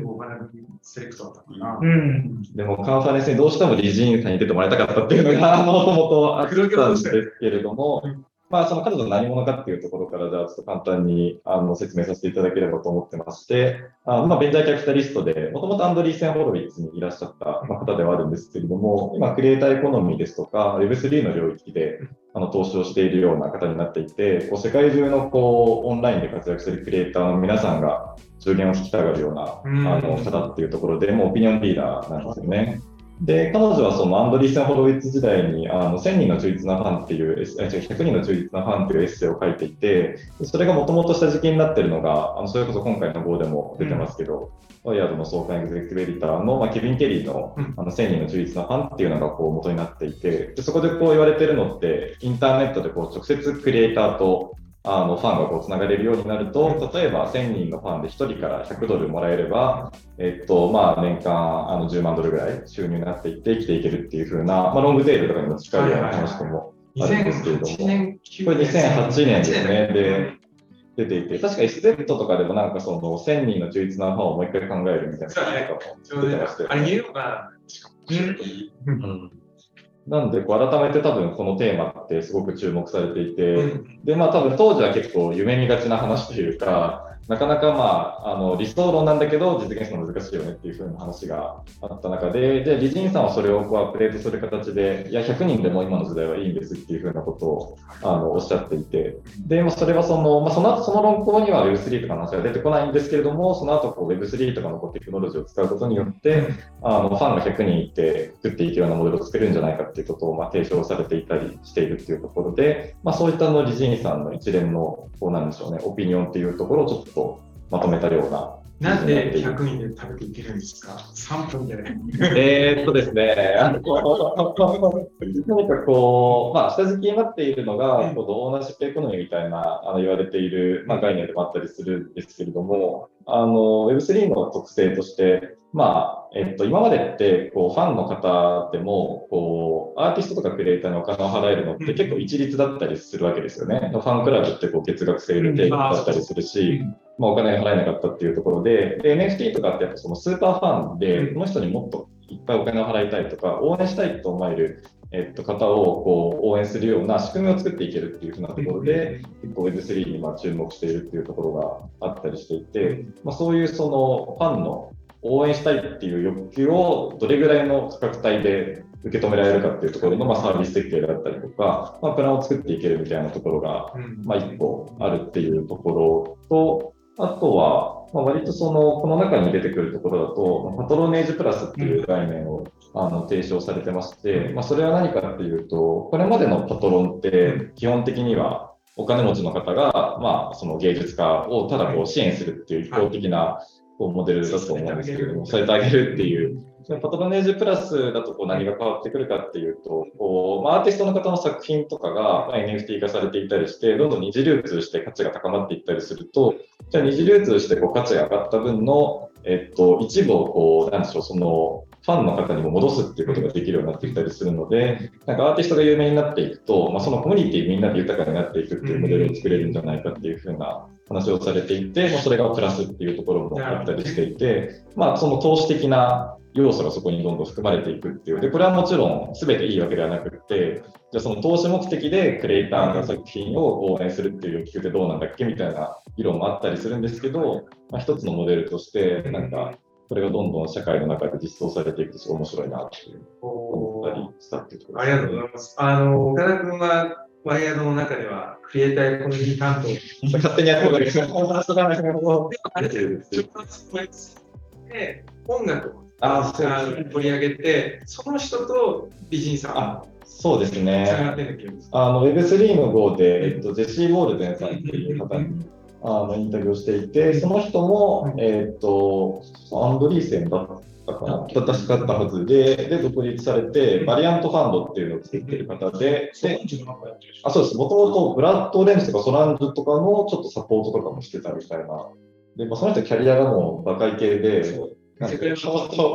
でもカンファレンスにどうしてもリー・ジーンさんに出てもらいたかったっていうのがもともとあったんですけれども、その彼女の何者かっていうところから、じゃあちょっと簡単に説明させていただければと思ってまして、ベンチャーキャピタリストで、もともとアンドリーセン・ホロウィッツにいらっしゃった方ではあるんですけれども、今、クリエイターエコノミーですとか、Web3 の領域で投資をしているような方になっていて、世界中のオンラインで活躍するクリエイターの皆さんが助言を聞きたがるような方っていうところで、もうオピニオンリーダーなんですよね。で、彼女はそのアンドリーセン・ホロウィッツ時代に1000人の忠実なファンっていう、100人の忠実なファンっていうエッセイを書いていて、それがもともと下敷きになっているのが、それこそ今回の号でも出てますけど、ワイヤードの創刊エグゼクティブエディターの、ケビン・ケリーの1000人の忠実なファンっていうのが元になっていて、でそこで言われているのって、インターネットで直接クリエイターとファンがつながれるようになると、例えば1000人のファンで1人から100ドルもらえれば、年間10万ドルぐらい収入になっていって生きていけるっていう風な、ロングテールとかにも近いような話ともあるんですけれども、これ2008年ですね。で出ていて、確か SZ とかでもなんかその1000人の忠実なファンをもう一回考えるみたいなことも出てましたよね。 あれ言うのかな。 なんで改めて多分このテーマってすごく注目されていて、で多分当時は結構夢見がちな話というか、なかなか理想論なんだけど実現するの難しいよねっていう風な話があった中で、じゃあリジンさんはそれをアップデートする形で、いや100人でも今の時代はいいんですっていう風なことをおっしゃっていて、でそれはその後その論考には Web3 とかの話は出てこないんですけれども、その後Web3 とかのテクノロジーを使うことによってファンが100人いて食っていけるようなモデルを作れるんじゃないかっていうことを提唱されていたりしているっていうところで、そういったリジンさんの一連のなんでしょうね、オピニオンっていうところをちょっとまとめたような。 なんで100人で食べていけるんですか ?3 分で。 ですね、何か下敷きになっているのが、オーナーシップエコノミーみたいな言われている、概念でもあったりするんですけれども、Web3 の特性として、今までってファンの方でもアーティストとかクリエイターにお金を払えるのって結構一律だったりするわけですよね。ファンクラブって月額制で定額だったりするし、お金が払えなかったっていうところで、NFT とかってやっぱそのスーパーファンで、この人にもっといっぱいお金を払いたいとか、応援したいと思える方をこう応援するような仕組みを作っていけるっていうふうなところで、結構 Web3 に注目しているっていうところがあったりしていて、そういうそのファンの応援したいっていう欲求をどれぐらいの価格帯で受け止められるかっていうところのサービス設計だったりとか、プランを作っていけるみたいなところが一個あるっていうところと、あとは割とこの中に出てくるところだと、パトロネージプラスっていう概念を提唱されてまして、それは何かっていうと、これまでのパトロンって基本的にはお金持ちの方が、その芸術家をただこう支援するっていう一方的なモデルだと思うんですけれども、添えてあげるっていう。パトロネージプラスだと何が変わってくるかっていうと、アーティストの方の作品とかが NFT 化されていたりして、どんどん二次流通して価値が高まっていったりすると、じゃあ二次流通して価値が上がった分の、一部をなんでしょう、そのファンの方にも戻すっていうことができるようになってきたりするので、なんかアーティストが有名になっていくと、そのコミュニティみんなで豊かになっていくっていうモデルを作れるんじゃないかっていうふうな話をされていて、それがプラスっていうところもあったりしていて、その投資的な要素がそこにどんどん含まれていくっていう。で、これはもちろん全ていいわけではなくて、じゃあその投資目的でクリエイターの作品を応援するっていう欲求ってどうなんだっけみたいな議論もあったりするんですけど、一つのモデルとして、なんか、これがどんどん社会の中で実装されていくとすごい面白いなって思ったりしたっていうところです。ありがとうございます。岡田君はワイヤードの中ではクリエイターエコノミー担当。 勝手にやってるわけですね。 で、音楽を取り上げて、その人と美人さん。 そうですね。Web3 の号で、ジェシー・ウォールデンさんっていう方にインタビューをしていて、その人も、アンドリーセンだったかな、確かったはずで、独立されて、バリアントファンドっていうのを作ってる方で、そうです。もともとブラッド・レンズとかソランジュとかのちょっとサポートとかもしてたみたいな。で、その人キャリアがもうバカイ系で、ソランジュ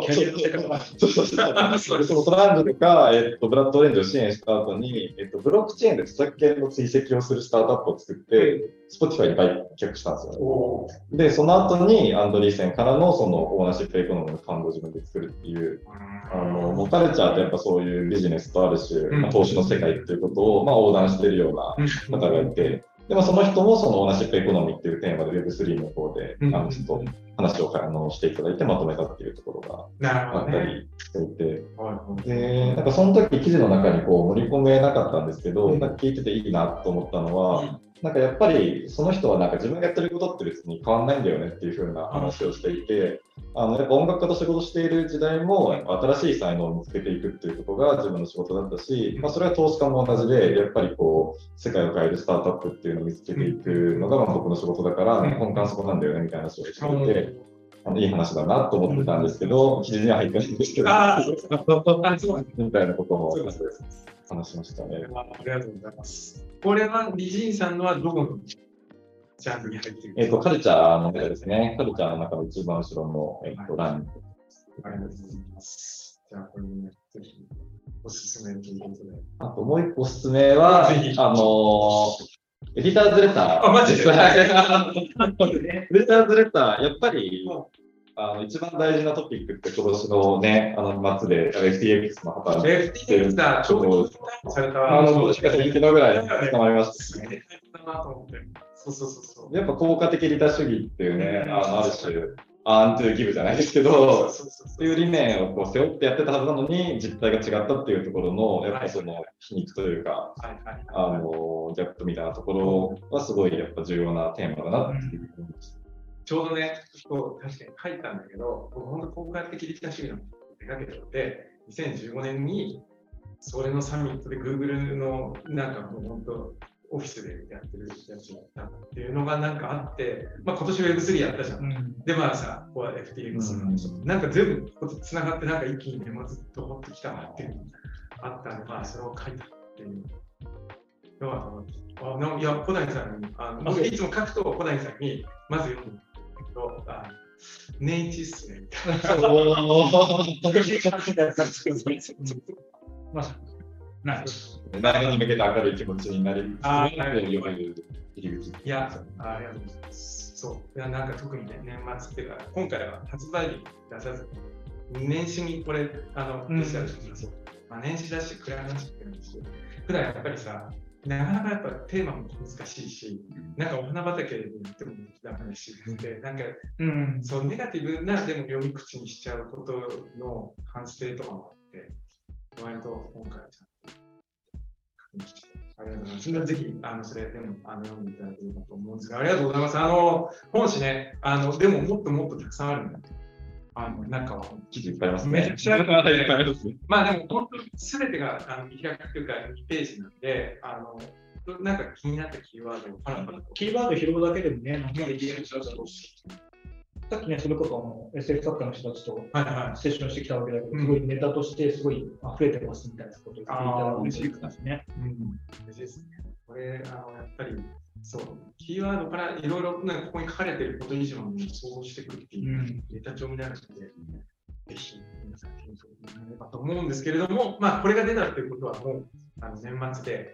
とか、ブラッドレンジを支援した後に、ブロックチェーンで著作権の追跡をするスタートアップを作って、Spotify に売却したんですよ。で、その後にアンドリーセンからのそのオーナーシップエコノミーのファンドを自分で作るっていう、もうカルチャーってやっぱそういうビジネスとある種、投資の世界っていうことを横断しているような方がいて、でもその人もそのオーナーシップエコノミーっていうテーマで Web3 の方で、ちょっと話をしていただいてまとめたっていうところがあったりしていて、で、なんかその時記事の中に盛り込めなかったんですけど、なんか聞いてていいなと思ったのは、なんかやっぱりその人はなんか自分がやってることって別に変わんないんだよねっていう風な話をしていて、やっぱ音楽家と仕事している時代も新しい才能を見つけていくっていうことが自分の仕事だったし、それは投資家も同じで、やっぱり世界を変えるスタートアップっていうのを見つけていくのが僕の仕事だから、根幹そこなんだよねみたいな話をしていて、いい話だなと思ってたんですけど、記事には入ってないんですけど、みたいなことも話しましたね。 ありがとうございます。これは美人さんのはどこのジャンルに入っているんですか？ カルチャーの中ですね。カルチャーの中の一番後ろの、欄に。 ありがとうございます。じゃあ、これね、ぜひおすすめということで。 あともう一個おすすめは、エディターズレター。 あ、マジでエディターズレター、やっぱり、一番大事なトピックって今年のね、末で FTX の破綻。 FTX だ、ちょうどされた。 もしかしたら昨日ぐらい捕まりましたね。やっぱ効果的利他主義っていうね、ある種、アントゥーギブじゃないですけど、っていう理念を背負ってやってたはずなのに、実態が違ったっていうところの、やっぱその皮肉というか、ギャップみたいなところはすごいやっぱ重要なテーマだなって思いました。 ちょうどね、確かに書いたんだけど、僕本当効果的利他主義の手掛けてて、2015年にそれのサミットで Google のなんかもう本当オフィスでやってるやつだったっていうのがなんかあって、今年 Web3 やったじゃん。で、さ、ここは FTX の話、なんか全部つながってなんか一気にね、ずっと持ってきたなっていうのがあったんで、それを書いたっていうのが思って。いや、小谷さんに、僕いつも書くと小谷さんにまず読む。ネイチっすね。 来年に向けて明るい気持ちになります。 いや、ありがとうございます。そう。いや、なんか特にね、年末っていうか、今回は発売日出さず、年始にこれ、出したらしいんですよ。 年始だし暗い話ってるんですけど、普段やっぱりさ、なかなかやっぱテーマも難しいし、なんかお花畑で言ってもダメだし、なんか、そうネガティブなでも読み口にしちゃうことの反省とかもあって、割と今回はちゃんと確認してありがとうございます。ぜひそれでも読んでいただければと思うんですが、ありがとうございます。本誌ね、でももっともっとたくさんあるんだ。中は記事いっぱいありますね。 めちゃくちゃあるので、 いっぱいありますね。 まあでも本当に全てが見開きというか2ページなんで、なんか気になったキーワードをパラパラと。 キーワード拾うだけでもね、何が言えるんだろうし。さっきね、それこそSF 作家の人たちとセッションしてきたわけだけど、すごいネタとしてすごい溢れてますみたいなことを言っていたら嬉しいですね。 嬉しいですね。これ、やっぱり、そう、キーワードからいろいろここに書かれていること以上に想像してくるっていうネタ帳になるので、ぜひ皆さん検討してもらえればと思うんですけれども、まあ、これが出たということはもう年末で、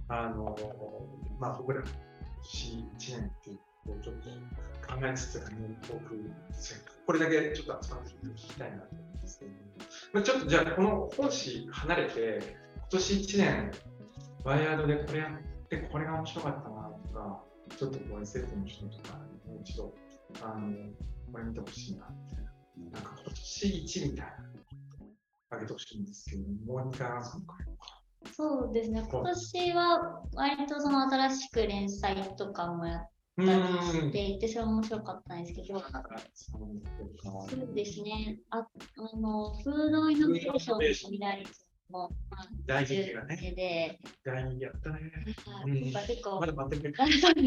僕ら今年1年っていうことをちょっと考えつつ、これだけちょっと集まって聞きたいなと思うんですけれども、ちょっとじゃあこの本誌離れて、今年1年、ワイヤードでこれやってこれが面白かったなとか、ちょっとこう SF の人とか、もう一度これ見てほしいなみたいな、なんか今年1みたいな、あげてほしいんですけど、もう一回そうですね、今年は割とその新しく連載とかもやったりしていて、それは面白かったんですけど、そうですね、フードイノベーションの未来も大事がね。 で、 大事やったね。 結構、 まだ待ってくれ。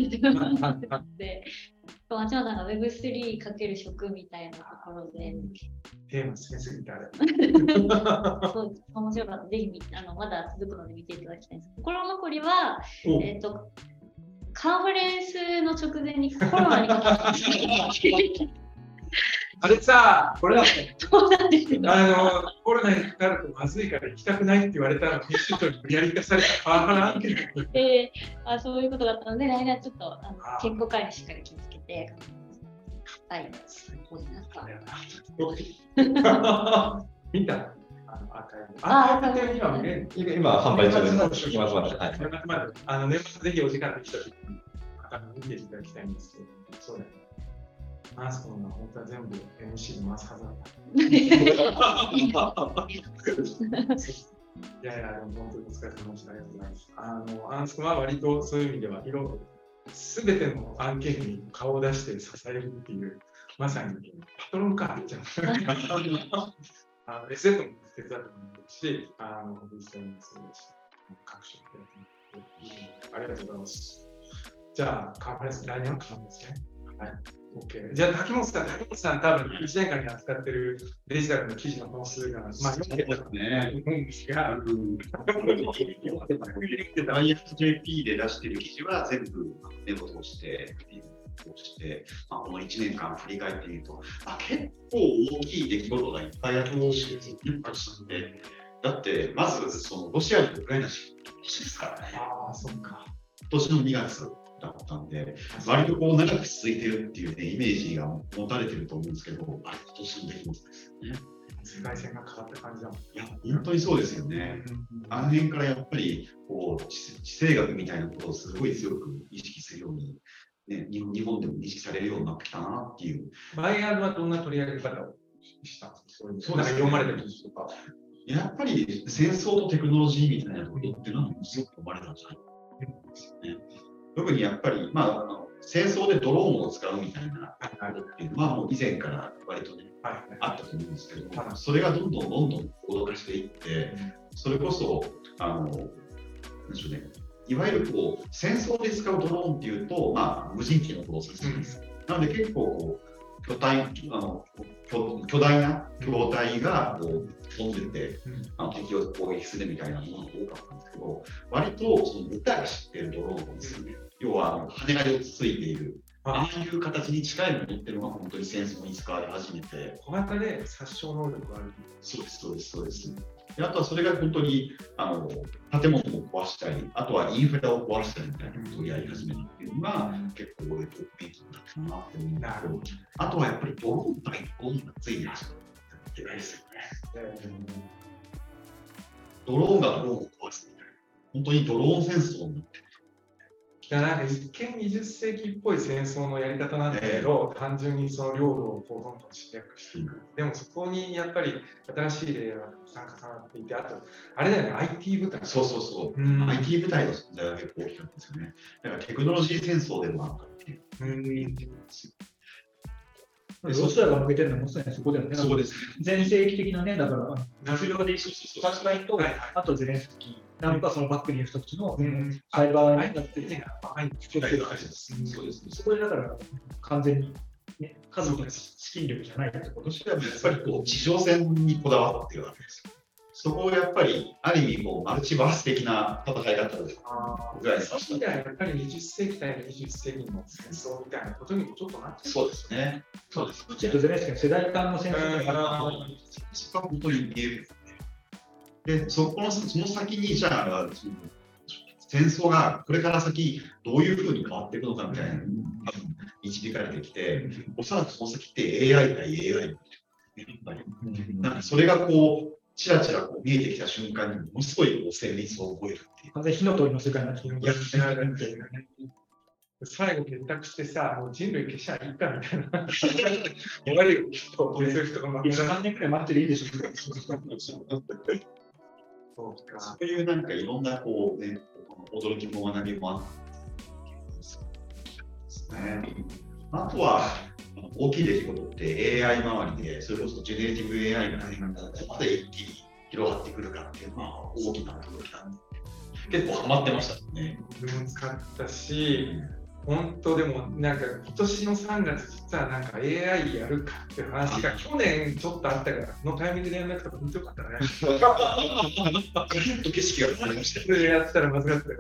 松山さんが Web3 かける食みたいなところで、 テーマ好きすぎてあれ。 そう面白かった。ぜひまだ続くので見ていただきたいんです。心残りは、カンファレンスの直前にコロナにかかってあれさ、これだそうなんですよ。 コロナにかかるとまずいから行きたくないって言われたら、編集長に無理やり化されたパワハラ案件そういうことだったので、来年はちょっと健康管理しっかり気をつけて、はい。 見たアーカイブ今見れる？ 今販売中です。今まで。 年末ぜひお時間できたときに見ていただきたいんですけど、そうだよね。マスコンが本当は全部 MC に回すはずだった。いやいや、でも本当にお疲れ様でした。ありがとうございます。アンスコンは割とそういう意味では、すべての案件に顔を出して支えるっていう、まさにパトロンかって言っちゃう。SF も手伝ってもらうし、実際にそうですし、各種ありがとうございます。じゃあ、カンファレンス、来年はカンファレンスね。はい。OK。じゃあ、滝本さん、多分1年間に扱ってるデジタルの記事の本数が、まあ、4桁だね。ですが、 IFJP で出している記事は全部目を通してこの1年間振り返ってみると、結構大きい出来事がいっぱいあって、だって、まずロシアとウクライナ侵攻ですからね。 そっか。 今年の2月だったんで、割と長く続いてるっていうね、イメージが持たれてると思うんですけど、今年の出来事ですよね。 世界線が変わった感じだもん。いや、本当にそうですよね。あの辺からやっぱり地政学みたいなことをすごい強く意識するように、ね、日本でも認識されるようになってきたなっていう。 バイヤードはどんな取り上げ方をしたんですか？そうですね。読まれた記事とか。 やっぱり戦争とテクノロジーみたいなところっていうのはすごく生まれたんじゃないですよね。特にやっぱり、戦争でドローンを使うみたいなことっていうのはもう以前から割とね、あったと思うんですけど、それがどんどん高度化していって、それこそなんでしょうね、いわゆる戦争で使うドローンっていうと、無人機のことを指すんです。なので結構巨大な筐体が飛んでて、敵を攻撃するみたいなものが多かったんですけど、割と歌が知っているドローンですね。要は羽が4つついている、ああいう形に近いものっていうのが本当に戦争に使われ始めて、 小型で殺傷能力がある。 そうです。であとはそれが本当に建物を壊したり、あとはインフラを壊したりみたいなことをやり始めたっていうのが結構勉強だったなって思うんだけど、あとはやっぱりドローン対ドローンがついてる人ってないですよね。 ドローンがドローンを壊すみたいな、本当にドローン戦争になってる。 なんか一見20世紀っぽい戦争のやり方なんだけど、単純にその領土をこうどんどん侵略していく。でもそこにやっぱり新しいレイヤーが参加されていて、あと、あれだよね、IT 部隊。 そうそうそう。IT 部隊の存在が結構大きかったですよね。だからテクノロジー戦争でもあったっていう。 ロシアが負けてるのもすでにそこだよね。 そうです。 全盛期的なね、だから、実力で確かにと、あとゼレンスキー。なんかそのバックにいる人たちのサイバーになってて、 そうですね。 そこでだから完全に、ね、家族の資金力じゃないってことしかもやっぱりこう地上戦にこだわってるわけですよ。そこをやっぱりある意味こうマルチバース的な戦い方でぐらいそうしたらやっぱり20世紀対21世紀の戦争みたいなことにもちょっとなってそうですね。そうです。 プーチンとゼレンスキーの世代間の戦争だから、 そこは本当に見える。で、その先に、じゃあ、戦争がこれから先、どういうふうに変わっていくのかみたいな、多分導かれてきて、おそらくその先って AI 対 AI なんかそれがこう、ちらちらこう見えてきた瞬間に、ものすごいこう旋律を覚えるっていう。 完全に火の通りの世界になってる。 最後結託してさ、もう人類消しゃいいかみたいな。言われる人、 3年くらい待ってていいでしょ。 そういうなんかいろんなこうね、驚きも学びもあったですね。あとは大きい出来事って AI 周りで、それこそジェネレティブ AI が何かここまで一気に広がってくるかっていうのは大きな驚きなんで、結構ハマってましたね。 使ったし、本当でもなんか今年の3月実はなんか AI やるかっていう話が去年ちょっとあったからのタイミングでやらなくても本当よかったね。 景色が変わりましたそれやったらまずかった。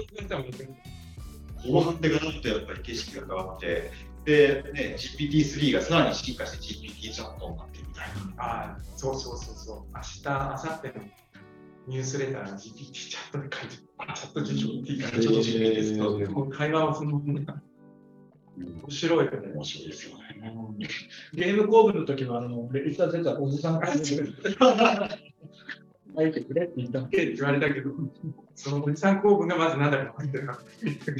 後半でガラッとやっぱり景色が変わって、で、ね、GPT-3 がさらに進化して GPT チャットになってみたいな。 ああ、そう。明日、明後日のニュースレターに GPT チャットで書いてる。チャット GPT からちょっと GPT ですけど、会話をするの面白いよね。 面白いですよね。 ゲーム工具の時は、レジター出たおじさんから書いてくれって言ったっけって言われたけど、そのおじさん構文がまず何だか分かってるか。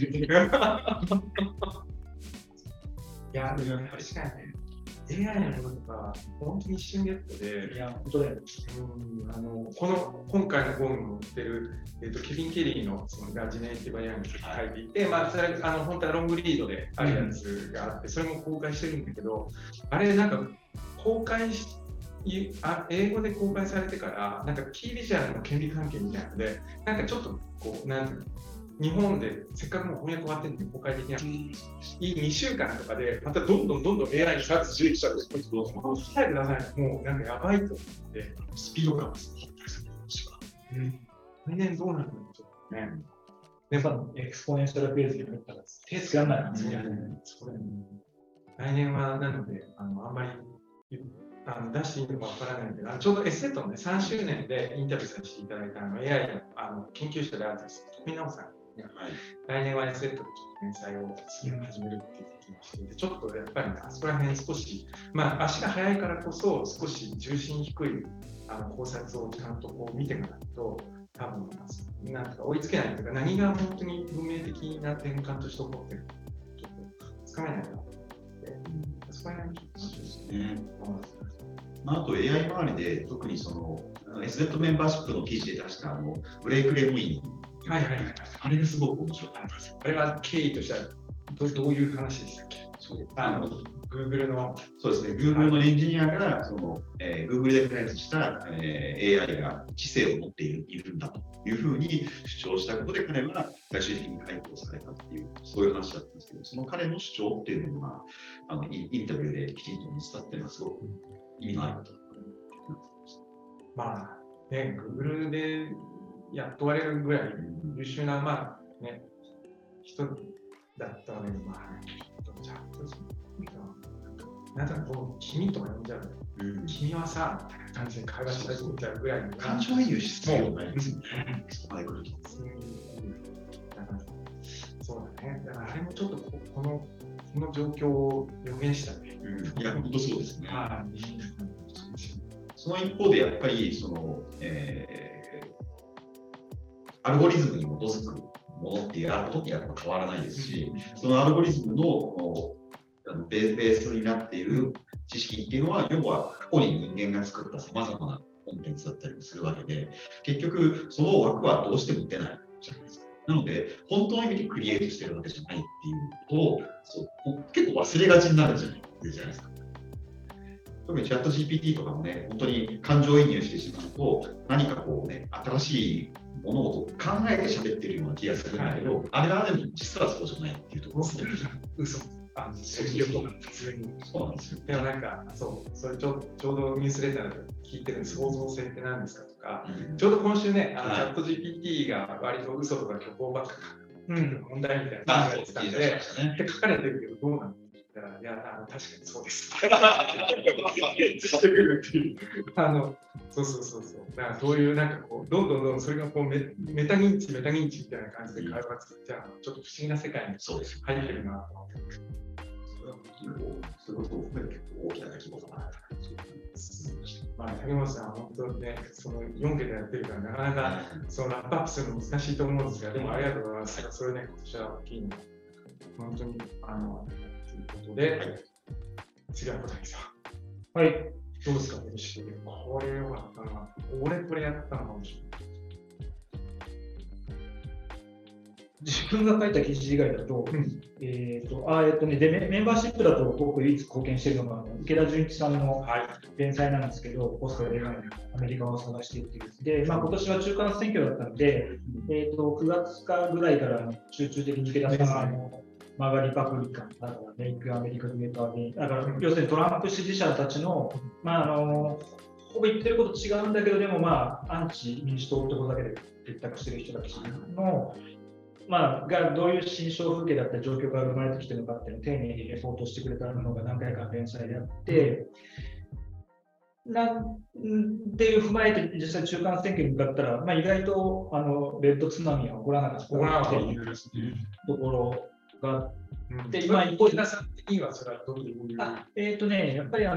いや、でも確かにね、AI のこととか、本当に一瞬ゲットで、 いや、本当だよ。 今回の本に載ってる、ケビン・ケリーのそのがジェネレティブ AI に書いていて、まあ、それ本当はロングリードであるやつがあって、それも公開してるんだけど、あれなんか公開英語で公開されてから、なんかキービジュアルの権利関係みたいなので、なんかちょっとこう、なんていうの、日本でせっかくもう翻訳終わってるのに公開できない。2週間とかで、またどんどん AI にサービスしてきちゃう。もう早く出さないと、もうなんかやばいと思って、スピード感がすごいですね、来年どうなるのかちょっとね。 でも、エクスポネンシャルフェーズに入ったら、手つかんないな、 来年はなので、あんまり出していいのかわからないので、ちょうど S セットの、ね、3周年でインタビューさせていただいたAI の研究者である富直さん。来年は S セットでちょっと連載を始めるっていうことにしていて、ちょっとやっぱりあそこら辺少し、まあ、足が速いからこそ少し重心低い考察をちゃんとこう見ていかないと、多分なんか追いつけないというか、何が本当に文明的な転換として起こっているか、ちょっとつかめないなと思って、そこら辺ちょっとそうですね。 あと AI 周りで特にその SZ メンバーシップの記事で出したブレイクレモイン、あれがすごく面白かったです。 あれは経緯としてはどういう話でしたっけ？Google のそうですね、Google のエンジニアがGoogle で開発した、AI が知性を持っているんだというふうに主張したことで、彼は最終的に解雇されたっていう、そういう話だったんですけど、その彼の主張っていうのがインタビューできちんと見つかっているのはすごく意味があると思います。 まあね、Google で雇われるぐらい優秀な、まあね、人だったので、まあ、ちゃんとなんかこう君とか呼んじゃう、君はさ、みたいな感じで会話し始めちゃうぐらいの感情移入必要ないですね。 そうだね。だからあれもちょっとこの状況を予言したね。 いや、本当そうですね。 はい。 その一方でやっぱりアルゴリズムに基づくものっていうことってやっぱ変わらないですし、そのアルゴリズムのベースになっている知識っていうのは、要は過去に人間が作ったさまざまなコンテンツだったりもするわけで、結局その枠はどうしても出ないじゃないですか。なので、本当の意味でクリエイトしてるわけじゃないっていうことを結構忘れがちになるじゃないですか。特にチャット GPT とかもね、本当に感情移入してしまうと、何かこうね、新しい物事を考えて喋ってるような気がするんだけど、あれはでも実はそうじゃないっていうところですね。 嘘。そうなんですよ。でもなんか、それちょうどニュースレターで聞いてる創造性って何ですかとか、ちょうど今週ね、チャット GPT が割と嘘とか虚構ばっか書く問題みたいなのが出てたんで、書かれてるけどどうなんですかって言ったら、いや、確かにそうです。してくるっていう。そう。だからそういうなんかこう、どんどんそれがこうメタ認知みたいな感じで会話が作っちゃう、ちょっと不思議な世界に入ってるなと思って。 そういうことを含めて結構大きな出来事だなと感じ竹本さんは本当にね、その4桁やってるから、なかなかそのラップアップするの難しいと思うんですが、でもありがとうございます。それね、今年は大きいので、本当に、ということで、次は小谷さん。 はい。 どうですか、これよかったな。これやったのかもしれない。 自分が書いた記事以外だと、メンバーシップだと僕唯一貢献しているのが池田純一さんの連載なんですけど、ポストでアメリカを探してっていう。で、今年は中間選挙だったので、9月かぐらいから集中的に池田さんのマガリパブリカン、だからメイクアメリカグレートアゲイン、だから要するにトランプ支持者たちの、ほぼ言ってること違うんだけど、でもアンチ民主党ってことだけで結託してる人たちの、がどういう新象風景だったり状況が生まれてきてるのかっていうのを丁寧にレポートしてくれたのが何回か連載であって、っていう踏まえて実際中間選挙に向かったら、意外とレッド津波は起こらなかったっていうところがあって、今一方でさん的にはそれはどういう？ やっぱり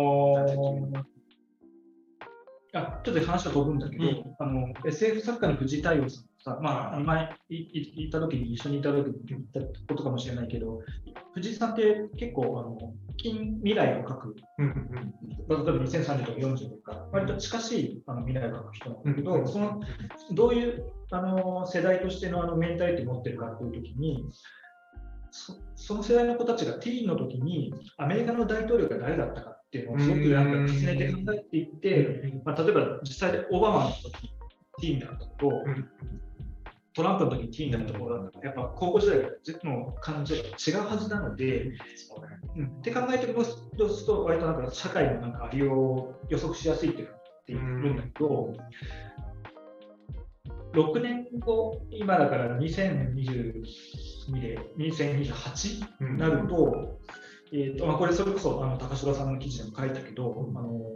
ちょっと話は飛ぶんだけど、SF 作家の藤井太陽さん前行った時に一緒にいた時に言ったことかもしれないけど、藤井さんって結構未来を描く、例えば2030とか40とか、割と近しい未来を描く人なんだけど、どういう世代としてのメンタリティを持ってるかという時に、その世代の子たちがティーンの時にアメリカの大統領が誰だったかっていうのをすごく尋ねて考えていって、例えば実際でオバマの時ティーンだったと、トランプの時にティーンだったところだったら、やっぱ高校時代の感じが違うはずなので、って考えてみますと、割と社会のありようを予測しやすいって言うんだけど、6年後、今だから2022で2028になると、これそれこそ高城さんの記事でも書いたけど、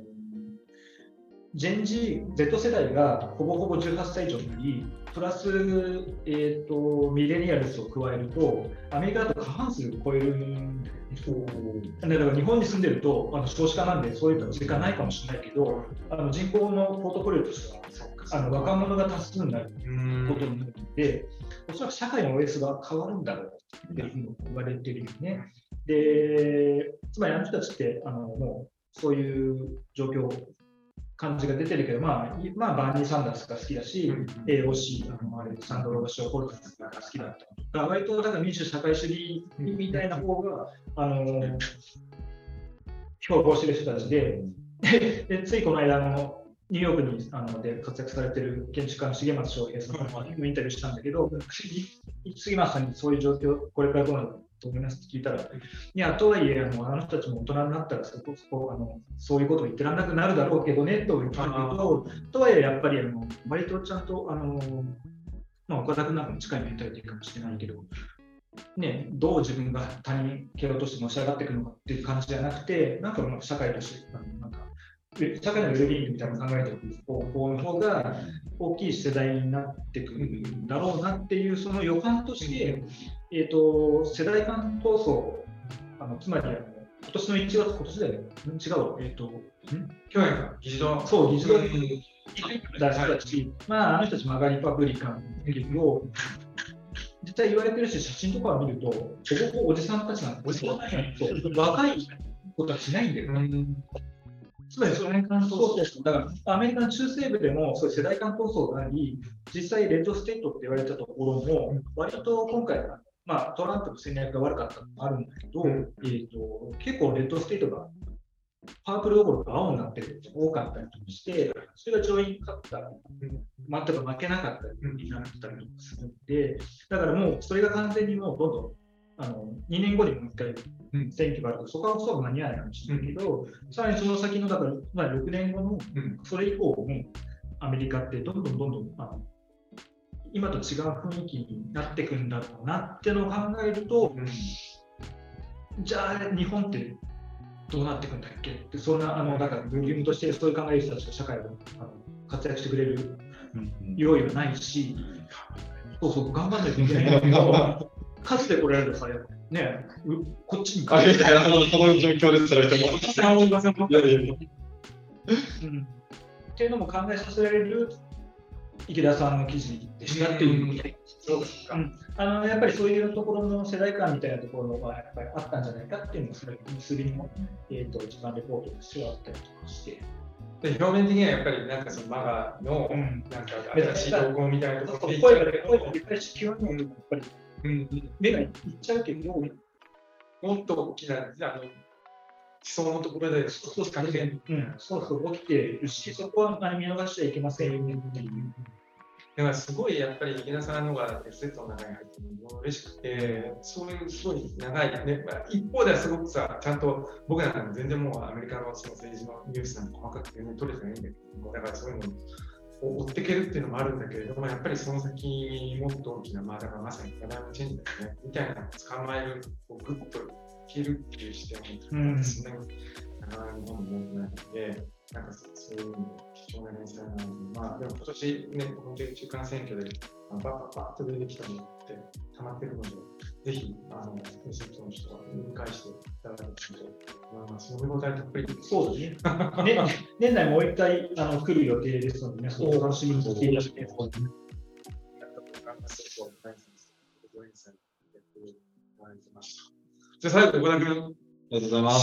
ジェンジー Z 世代がほぼほぼ18歳以上になり、プラス、ミレニアルズを加えると、アメリカだと過半数を超えるんだから日本に住んでると少子化なんでそういった時間ないかもしれないけど、人口のポートフォリオとしては若者が多数になることになるので、おそらく社会の OS が変わるんだろうっていうふうに言われているよね。で、つまりあの人たちってもうそういう状況感じが出てるけど、バーニー・サンダースが好きだし、AOC、サンドロ・ロシオ・ホルタスが好きだったとか、割とだから民主主義社会主義みたいな方が標榜してる人たちで、ついこの間ニューヨークにで活躍されている建築家の重松翔平さんのインタビューしたんだけど、杉松さんにそういう状況、これからどうなると思いますって聞いたら、いや、とはいえあの人たちも大人になったらそういうことを言ってらんなくなるだろうけどねと言ったけど、とはいえやっぱり割とちゃんと岡田君なんかも近いメンタリティかもしれないけど、ね、どう自分が他人蹴落としてのし上がっていくのかっていう感じじゃなくて、なんか社会として社会のウェルビーイングみたいなのを考えていく方法の方が大きい世代になっていくんだろうなっていうその予感として、世代間闘争、つまり今年の1月、今年だよね。違うわ。 去年か、議事堂。 そう、議事堂に出した人たち、あの人たちもリパブリカンを、実際言われてるし、写真とかを見ると、ほぼおじさんたちなんです。若い子たちいないんだよね。つまりそれだからアメリカの中西部でもそういう世代間闘争があり、実際レッドステートって言われたところも、割と今回は、トランプの戦略が悪かったのもあるんだけど、結構レッドステートがパープルどころか青になってる人が多かったりとかして、それが上院勝ったら、全く負けなかったりになったりとかするんで、だからもうそれが完全にもうどんどん2年後にもう一回選挙があると、そこはおそらく間に合わないかもしれないけど、さらにその先のだから6年後のそれ以降もアメリカってどんどん今と違う雰囲気になっていくんだろうなっていうのを考えると、じゃあ日本ってどうなっていくんだっけって、そんなだから義務としてそういう考える人たちが社会を活躍してくれる用意はないし、そう頑張らないといけないんだけど、かつてこれだとさ、ね、こっちにその状況ですらっていうのも考えさせられる池田さんの記事でしたっていう。やっぱりそういうところの世代間みたいなところがやっぱりあったんじゃないかっていうのが、それ結びも、一番レポートとしてはあったりとかして。 表面的にはやっぱりなんかそのマガのなんか新しい動向みたいなところで声が理解しきわないとやっぱり目がいっちゃうけど、 もっと大きな思想のところでそう起きているし、そこは見逃しちゃいけませんよねっていう。 だからすごいやっぱり池田さんのがセットの中に入ってるのが嬉しくて、そういうすごい長いね、一方ではすごくさ、ちゃんと僕なんかも全然もうアメリカのその政治のニュースなんか細かく全然取れてないんだけど、だからそういうのを追っていけるっていうのもあるんだけれども、やっぱりその先にもっと大きな、だからまさにパラダイムチェンジだよね、みたいなのを捕まえる、グッといけるっていう視点をそんなに日本に持ってないので、なんかそういう貴重な連載なので、でも今年ね、本当に中間選挙でバッと出てきたのって溜まってるので、ぜひ、プレセプトの人は理解していただけると、その見応えたっぷり。 そうですね。年内もう一回来る予定ですので、そう楽しみにしていただければ。 じゃあ最後、小田君。 ありがとうございます。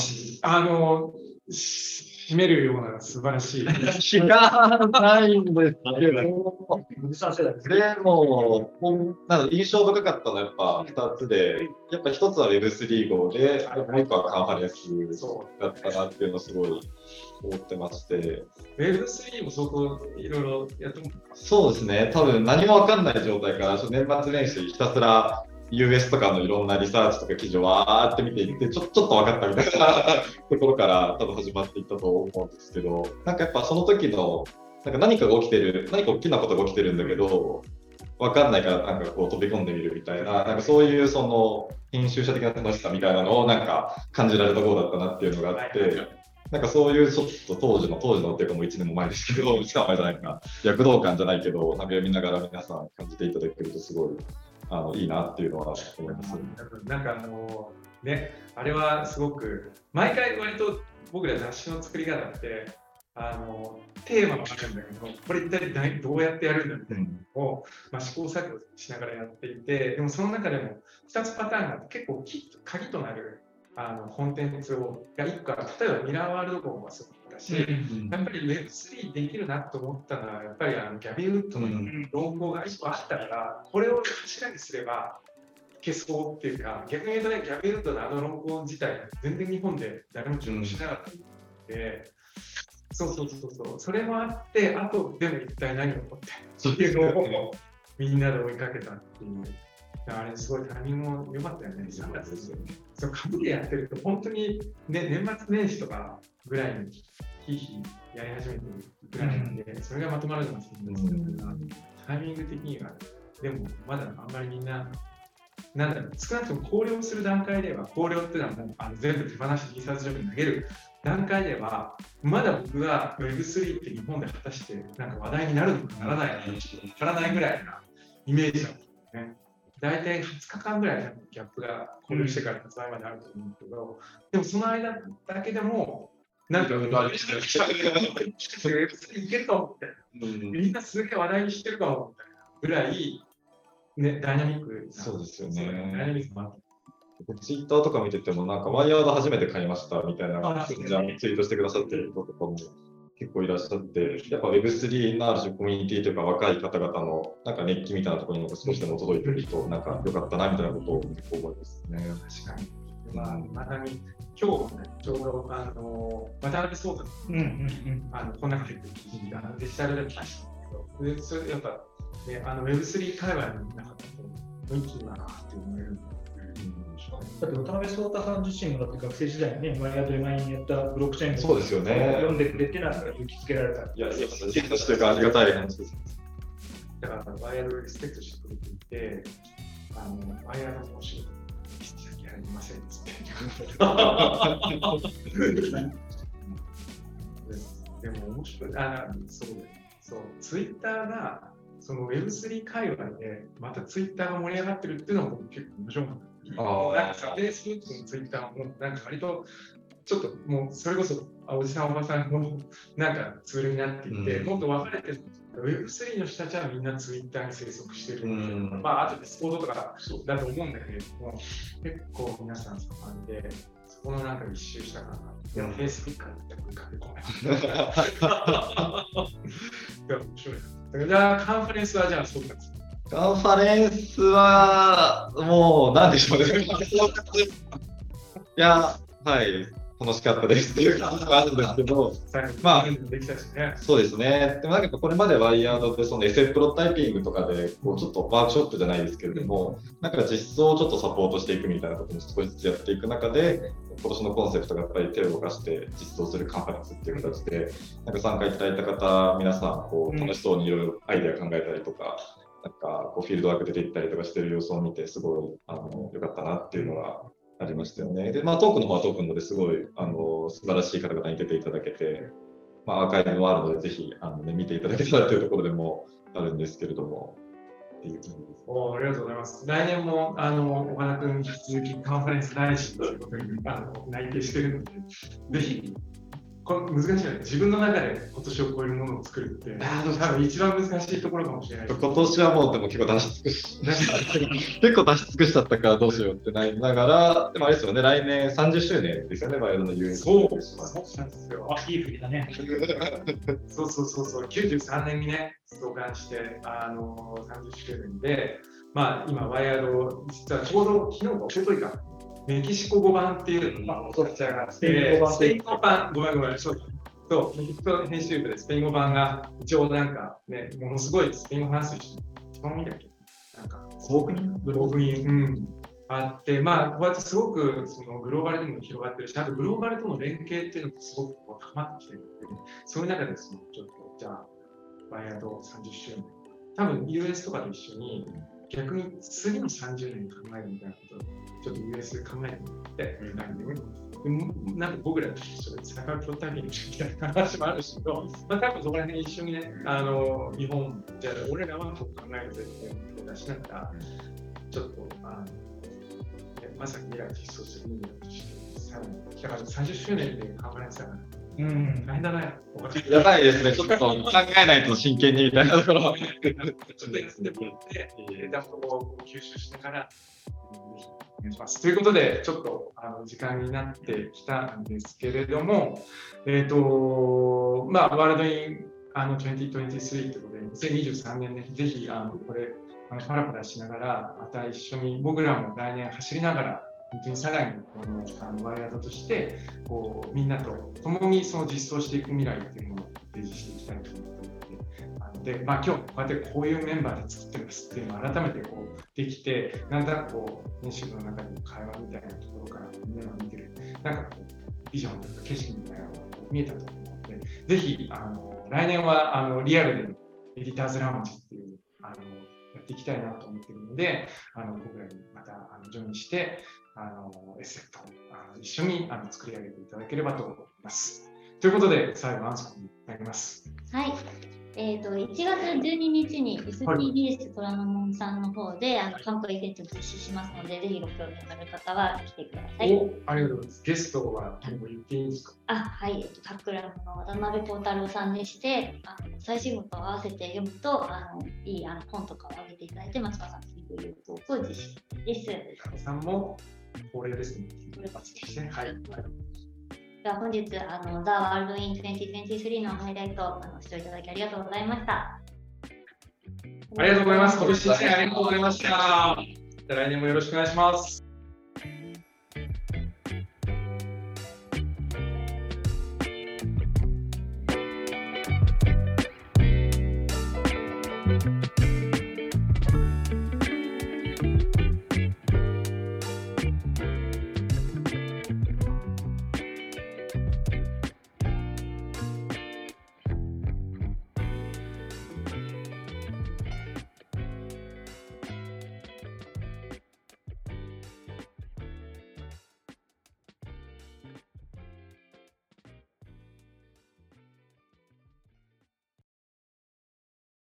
締めるような素晴らしい。 知らないんですけど、でも、印象深かったのはやっぱ2つで、やっぱ1つは Web3 号で、もう1個はカンファレンスだったなっていうのをすごい思ってまして。 Web3 も相当いろいろやってもそうですね、多分何も分かんない状態から、年末年始ひたすらUS とかのいろんなリサーチとか記事をわーって見ていって、ちょっと分かったみたいなところから多分始まっていったと思うんですけど、なんかやっぱその時の何か大きなことが起きてるんだけど、分かんないからなんかこう飛び込んでみるみたいな、なんかそういうその編集者的な楽しさみたいなのをなんか感じられた号だったなっていうのがあって、なんかそういうちょっと当時のっていうかもう1年も前ですけど、1年前じゃないかな、躍動感じゃないけど、なんか読みながら皆さん感じていただけるとすごいいいなっていうのは思います。 なんかね、あれはすごく毎回割と僕ら雑誌の作り方ってテーマもあるんだけど、これ一体どうやってやるんだみたいなのを、試行錯誤しながらやっていて、でもその中でも2つパターンがあって、結構鍵となるコンテンツが1個ある。例えばミラーワールド号もそうだし、やっぱり Web3 できるなと思ったのは、やっぱりギャビー・ウッドの論考が1個あったから、これを柱にすれば消そうっていうか、逆に言うとね、ギャビー・ウッドの論考自体、全然日本で誰も注目しなかったので、それもあって、あとでも一体何を起こってっていうのをみんなで追いかけたっていう。あれすごいタイミングも良かったよね、3月ですよね。株でやってると、本当に、ね、年末年始とかぐらいにひいひいやり始めてるぐらいなんで、それがまとまるのがすごいですけど、タイミング的には、でもまだあんまりみんな、少なくとも考慮する段階では、考慮っていうのはもう全部手放して印刷所に投げる段階では、まだ僕が Web3 って日本で果たしてなんか話題になるのかならないのかわからないぐらいなイメージなんですよね。 大体20日間ぐらいギャップが考慮してから発売まであると思うんだけど、でもその間だけでも、なんか、いけるかもみたいな。みんなすげえ話題にしてるかもみたいなぐらい、ね、ダイナミック。 そうですよね。 ダイナミックもあって。 ツイッターとか見てても、なんかワイヤード初めて買いましたみたいなツイートしてくださってる人とかも結構いらっしゃって、やっぱ Web3 のある種コミュニティというか若い方々のなんか熱気みたいなところに少しでも届いてると、なんか良かったなみたいなことを結構思いますね。 確かに。またに今日ね、ちょうど渡辺壮太さん、こんなこと言ってデジタルで来ましたけど、それやっぱ、ね、Web3 界隈の中で雰囲気だなって思える。 だって渡辺壮太さん自身もだって学生時代にね、ワイヤード前にやったブロックチェーンそうですよね。 読んでくれてなんか勇気づけられた。 いや、いや、というかありがたい話です。 だからワイヤードをリスペクトしてくれていて、ワイヤードの面白い先ありませんっつって。でも面白い。そう、ツイッターがその Web3 界隈でまたツイッターが盛り上がってるっていうのも結構面白かった。なんかさ、Facebook のツイッターもなんか割とちょっともうそれこそおじさんおばさんのなんかツールになっていて、もっと分かれてる。Web3 の人たちはみんなツイッターに生息してる。あとディスコードとかだと思うんだけれども、結構皆さん盛んで、そこのなんか一周したかな。でも Facebook から全く駆け込めない。いや、面白い。じゃあカンファレンスはじゃあそうか。 カンファレンスは、もう、なんでしょうね。いや、はい、楽しかったですっていう感じがあるんですけど、まあ、そうですね。でもなんかこれまでワイヤードでそのエセプロタイピングとかで、こうちょっとワークショップじゃないですけれども、なんか実装をちょっとサポートしていくみたいなことも少しずつやっていく中で、今年のコンセプトがやっぱり手を動かして実装するカンファレンスっていう形で、なんか参加いただいた方、皆さん、こう楽しそうにいろいろアイデア考えたりとか、なんかこうフィールドワーク出ていったりとかしてる様子を見て、すごい良かったなっていうのがありましたよね。で、まあ、トークの方はトークの方ですごい素晴らしい方々に出ていただけて、まあ、アーカイブもあるので、ぜひ見ていただけたらというところでもあるんですけれども。っていう感じです。 ありがとうございます。来年も岡田君、引き続きカンファレンス大臣ということに内定しているので、ぜひ。これ難しいよね。自分の中で今年を超えるものを作るって、多分一番難しいところかもしれない。 今年はもうでも結構出し尽くしちゃったからどうしようってなりながら、でもあれですよね、来年30周年ですよね、ワイヤードの UN。 そうなんですよ。 いい振りだね。 そう、93年にね、創刊して30周年で、まあ今、ワイヤード、実はちょうど昨日か一昨日か。メキシコ語版っていうのが立ち上がって、スペイン語版、ごめん、そう、メキシコ編集部でスペイン語版が一応なんかね、ものすごいスペイン語話す人、一番見たっけなんか、5億人、あって、まあ、こうやってすごくそのグローバルにも広がってるし、あとグローバルとの連携っていうのもすごくこう高まってきてるので、そういう中でちょっと、じゃあ、ワイヤード30周年、多分 US とかと一緒に、逆に次の30年考えるみたいなことをちょっと US 考えてみて、なんか僕らと一緒でサカプロタイピングみたいな話もあるし、まあ多分そこら辺一緒にね、日本じゃあ俺らはこう考えるぜって出しながら、ちょっとまさに未来を実装する意味として、だから30周年でカンファレンスだから。大変だね。 やばいですね。ちょっと考えないと真剣にみたいなところ。 ちょっと休んでもらって、データを吸収しながら、お願いします。ということで、ちょっと時間になってきたんですけれども、まあ、ワールドイン2023ということで、2023年ね、ぜひこれ、パラパラしながら、また一緒に僕らも来年走りながら、本当にさらにワイヤードとしてこうみんなと共にその実装していく未来っていうのを提示していきたいと思っていて、まあ、今日こうやってこういうメンバーで作ってますっていうのを改めてこうできて、なんとなくこう編集部の中での会話みたいなところからみんなが見てるなんかこうビジョンとか景色みたいなのが見えたと思うので、ぜひ来年はリアルでのエディターズラウンジっていうやっていきたいなと思っているので、僕らにまたジョインしてSF と一緒に作り上げていただければと思います。ということで、最後、アンサーになります。 はい。 1月12日に STBS 虎ノ門さんの方で観光イベントを実施しますので、ぜひご興味のある方は来てください。 ありがとうございます。ゲストはもう言っていいんですか？ はい、タクラムの渡辺幸太郎さんでして、最新号と合わせて読むといい本とかを挙げていただいて、松川さんにというトークを実施です。 高田さんも恒例ですね。はい。 では本日The World in 2023のハイライト視聴いただきありがとうございました。 ありがとうございます。今年1年ありがとうございました。来年もよろしくお願いします。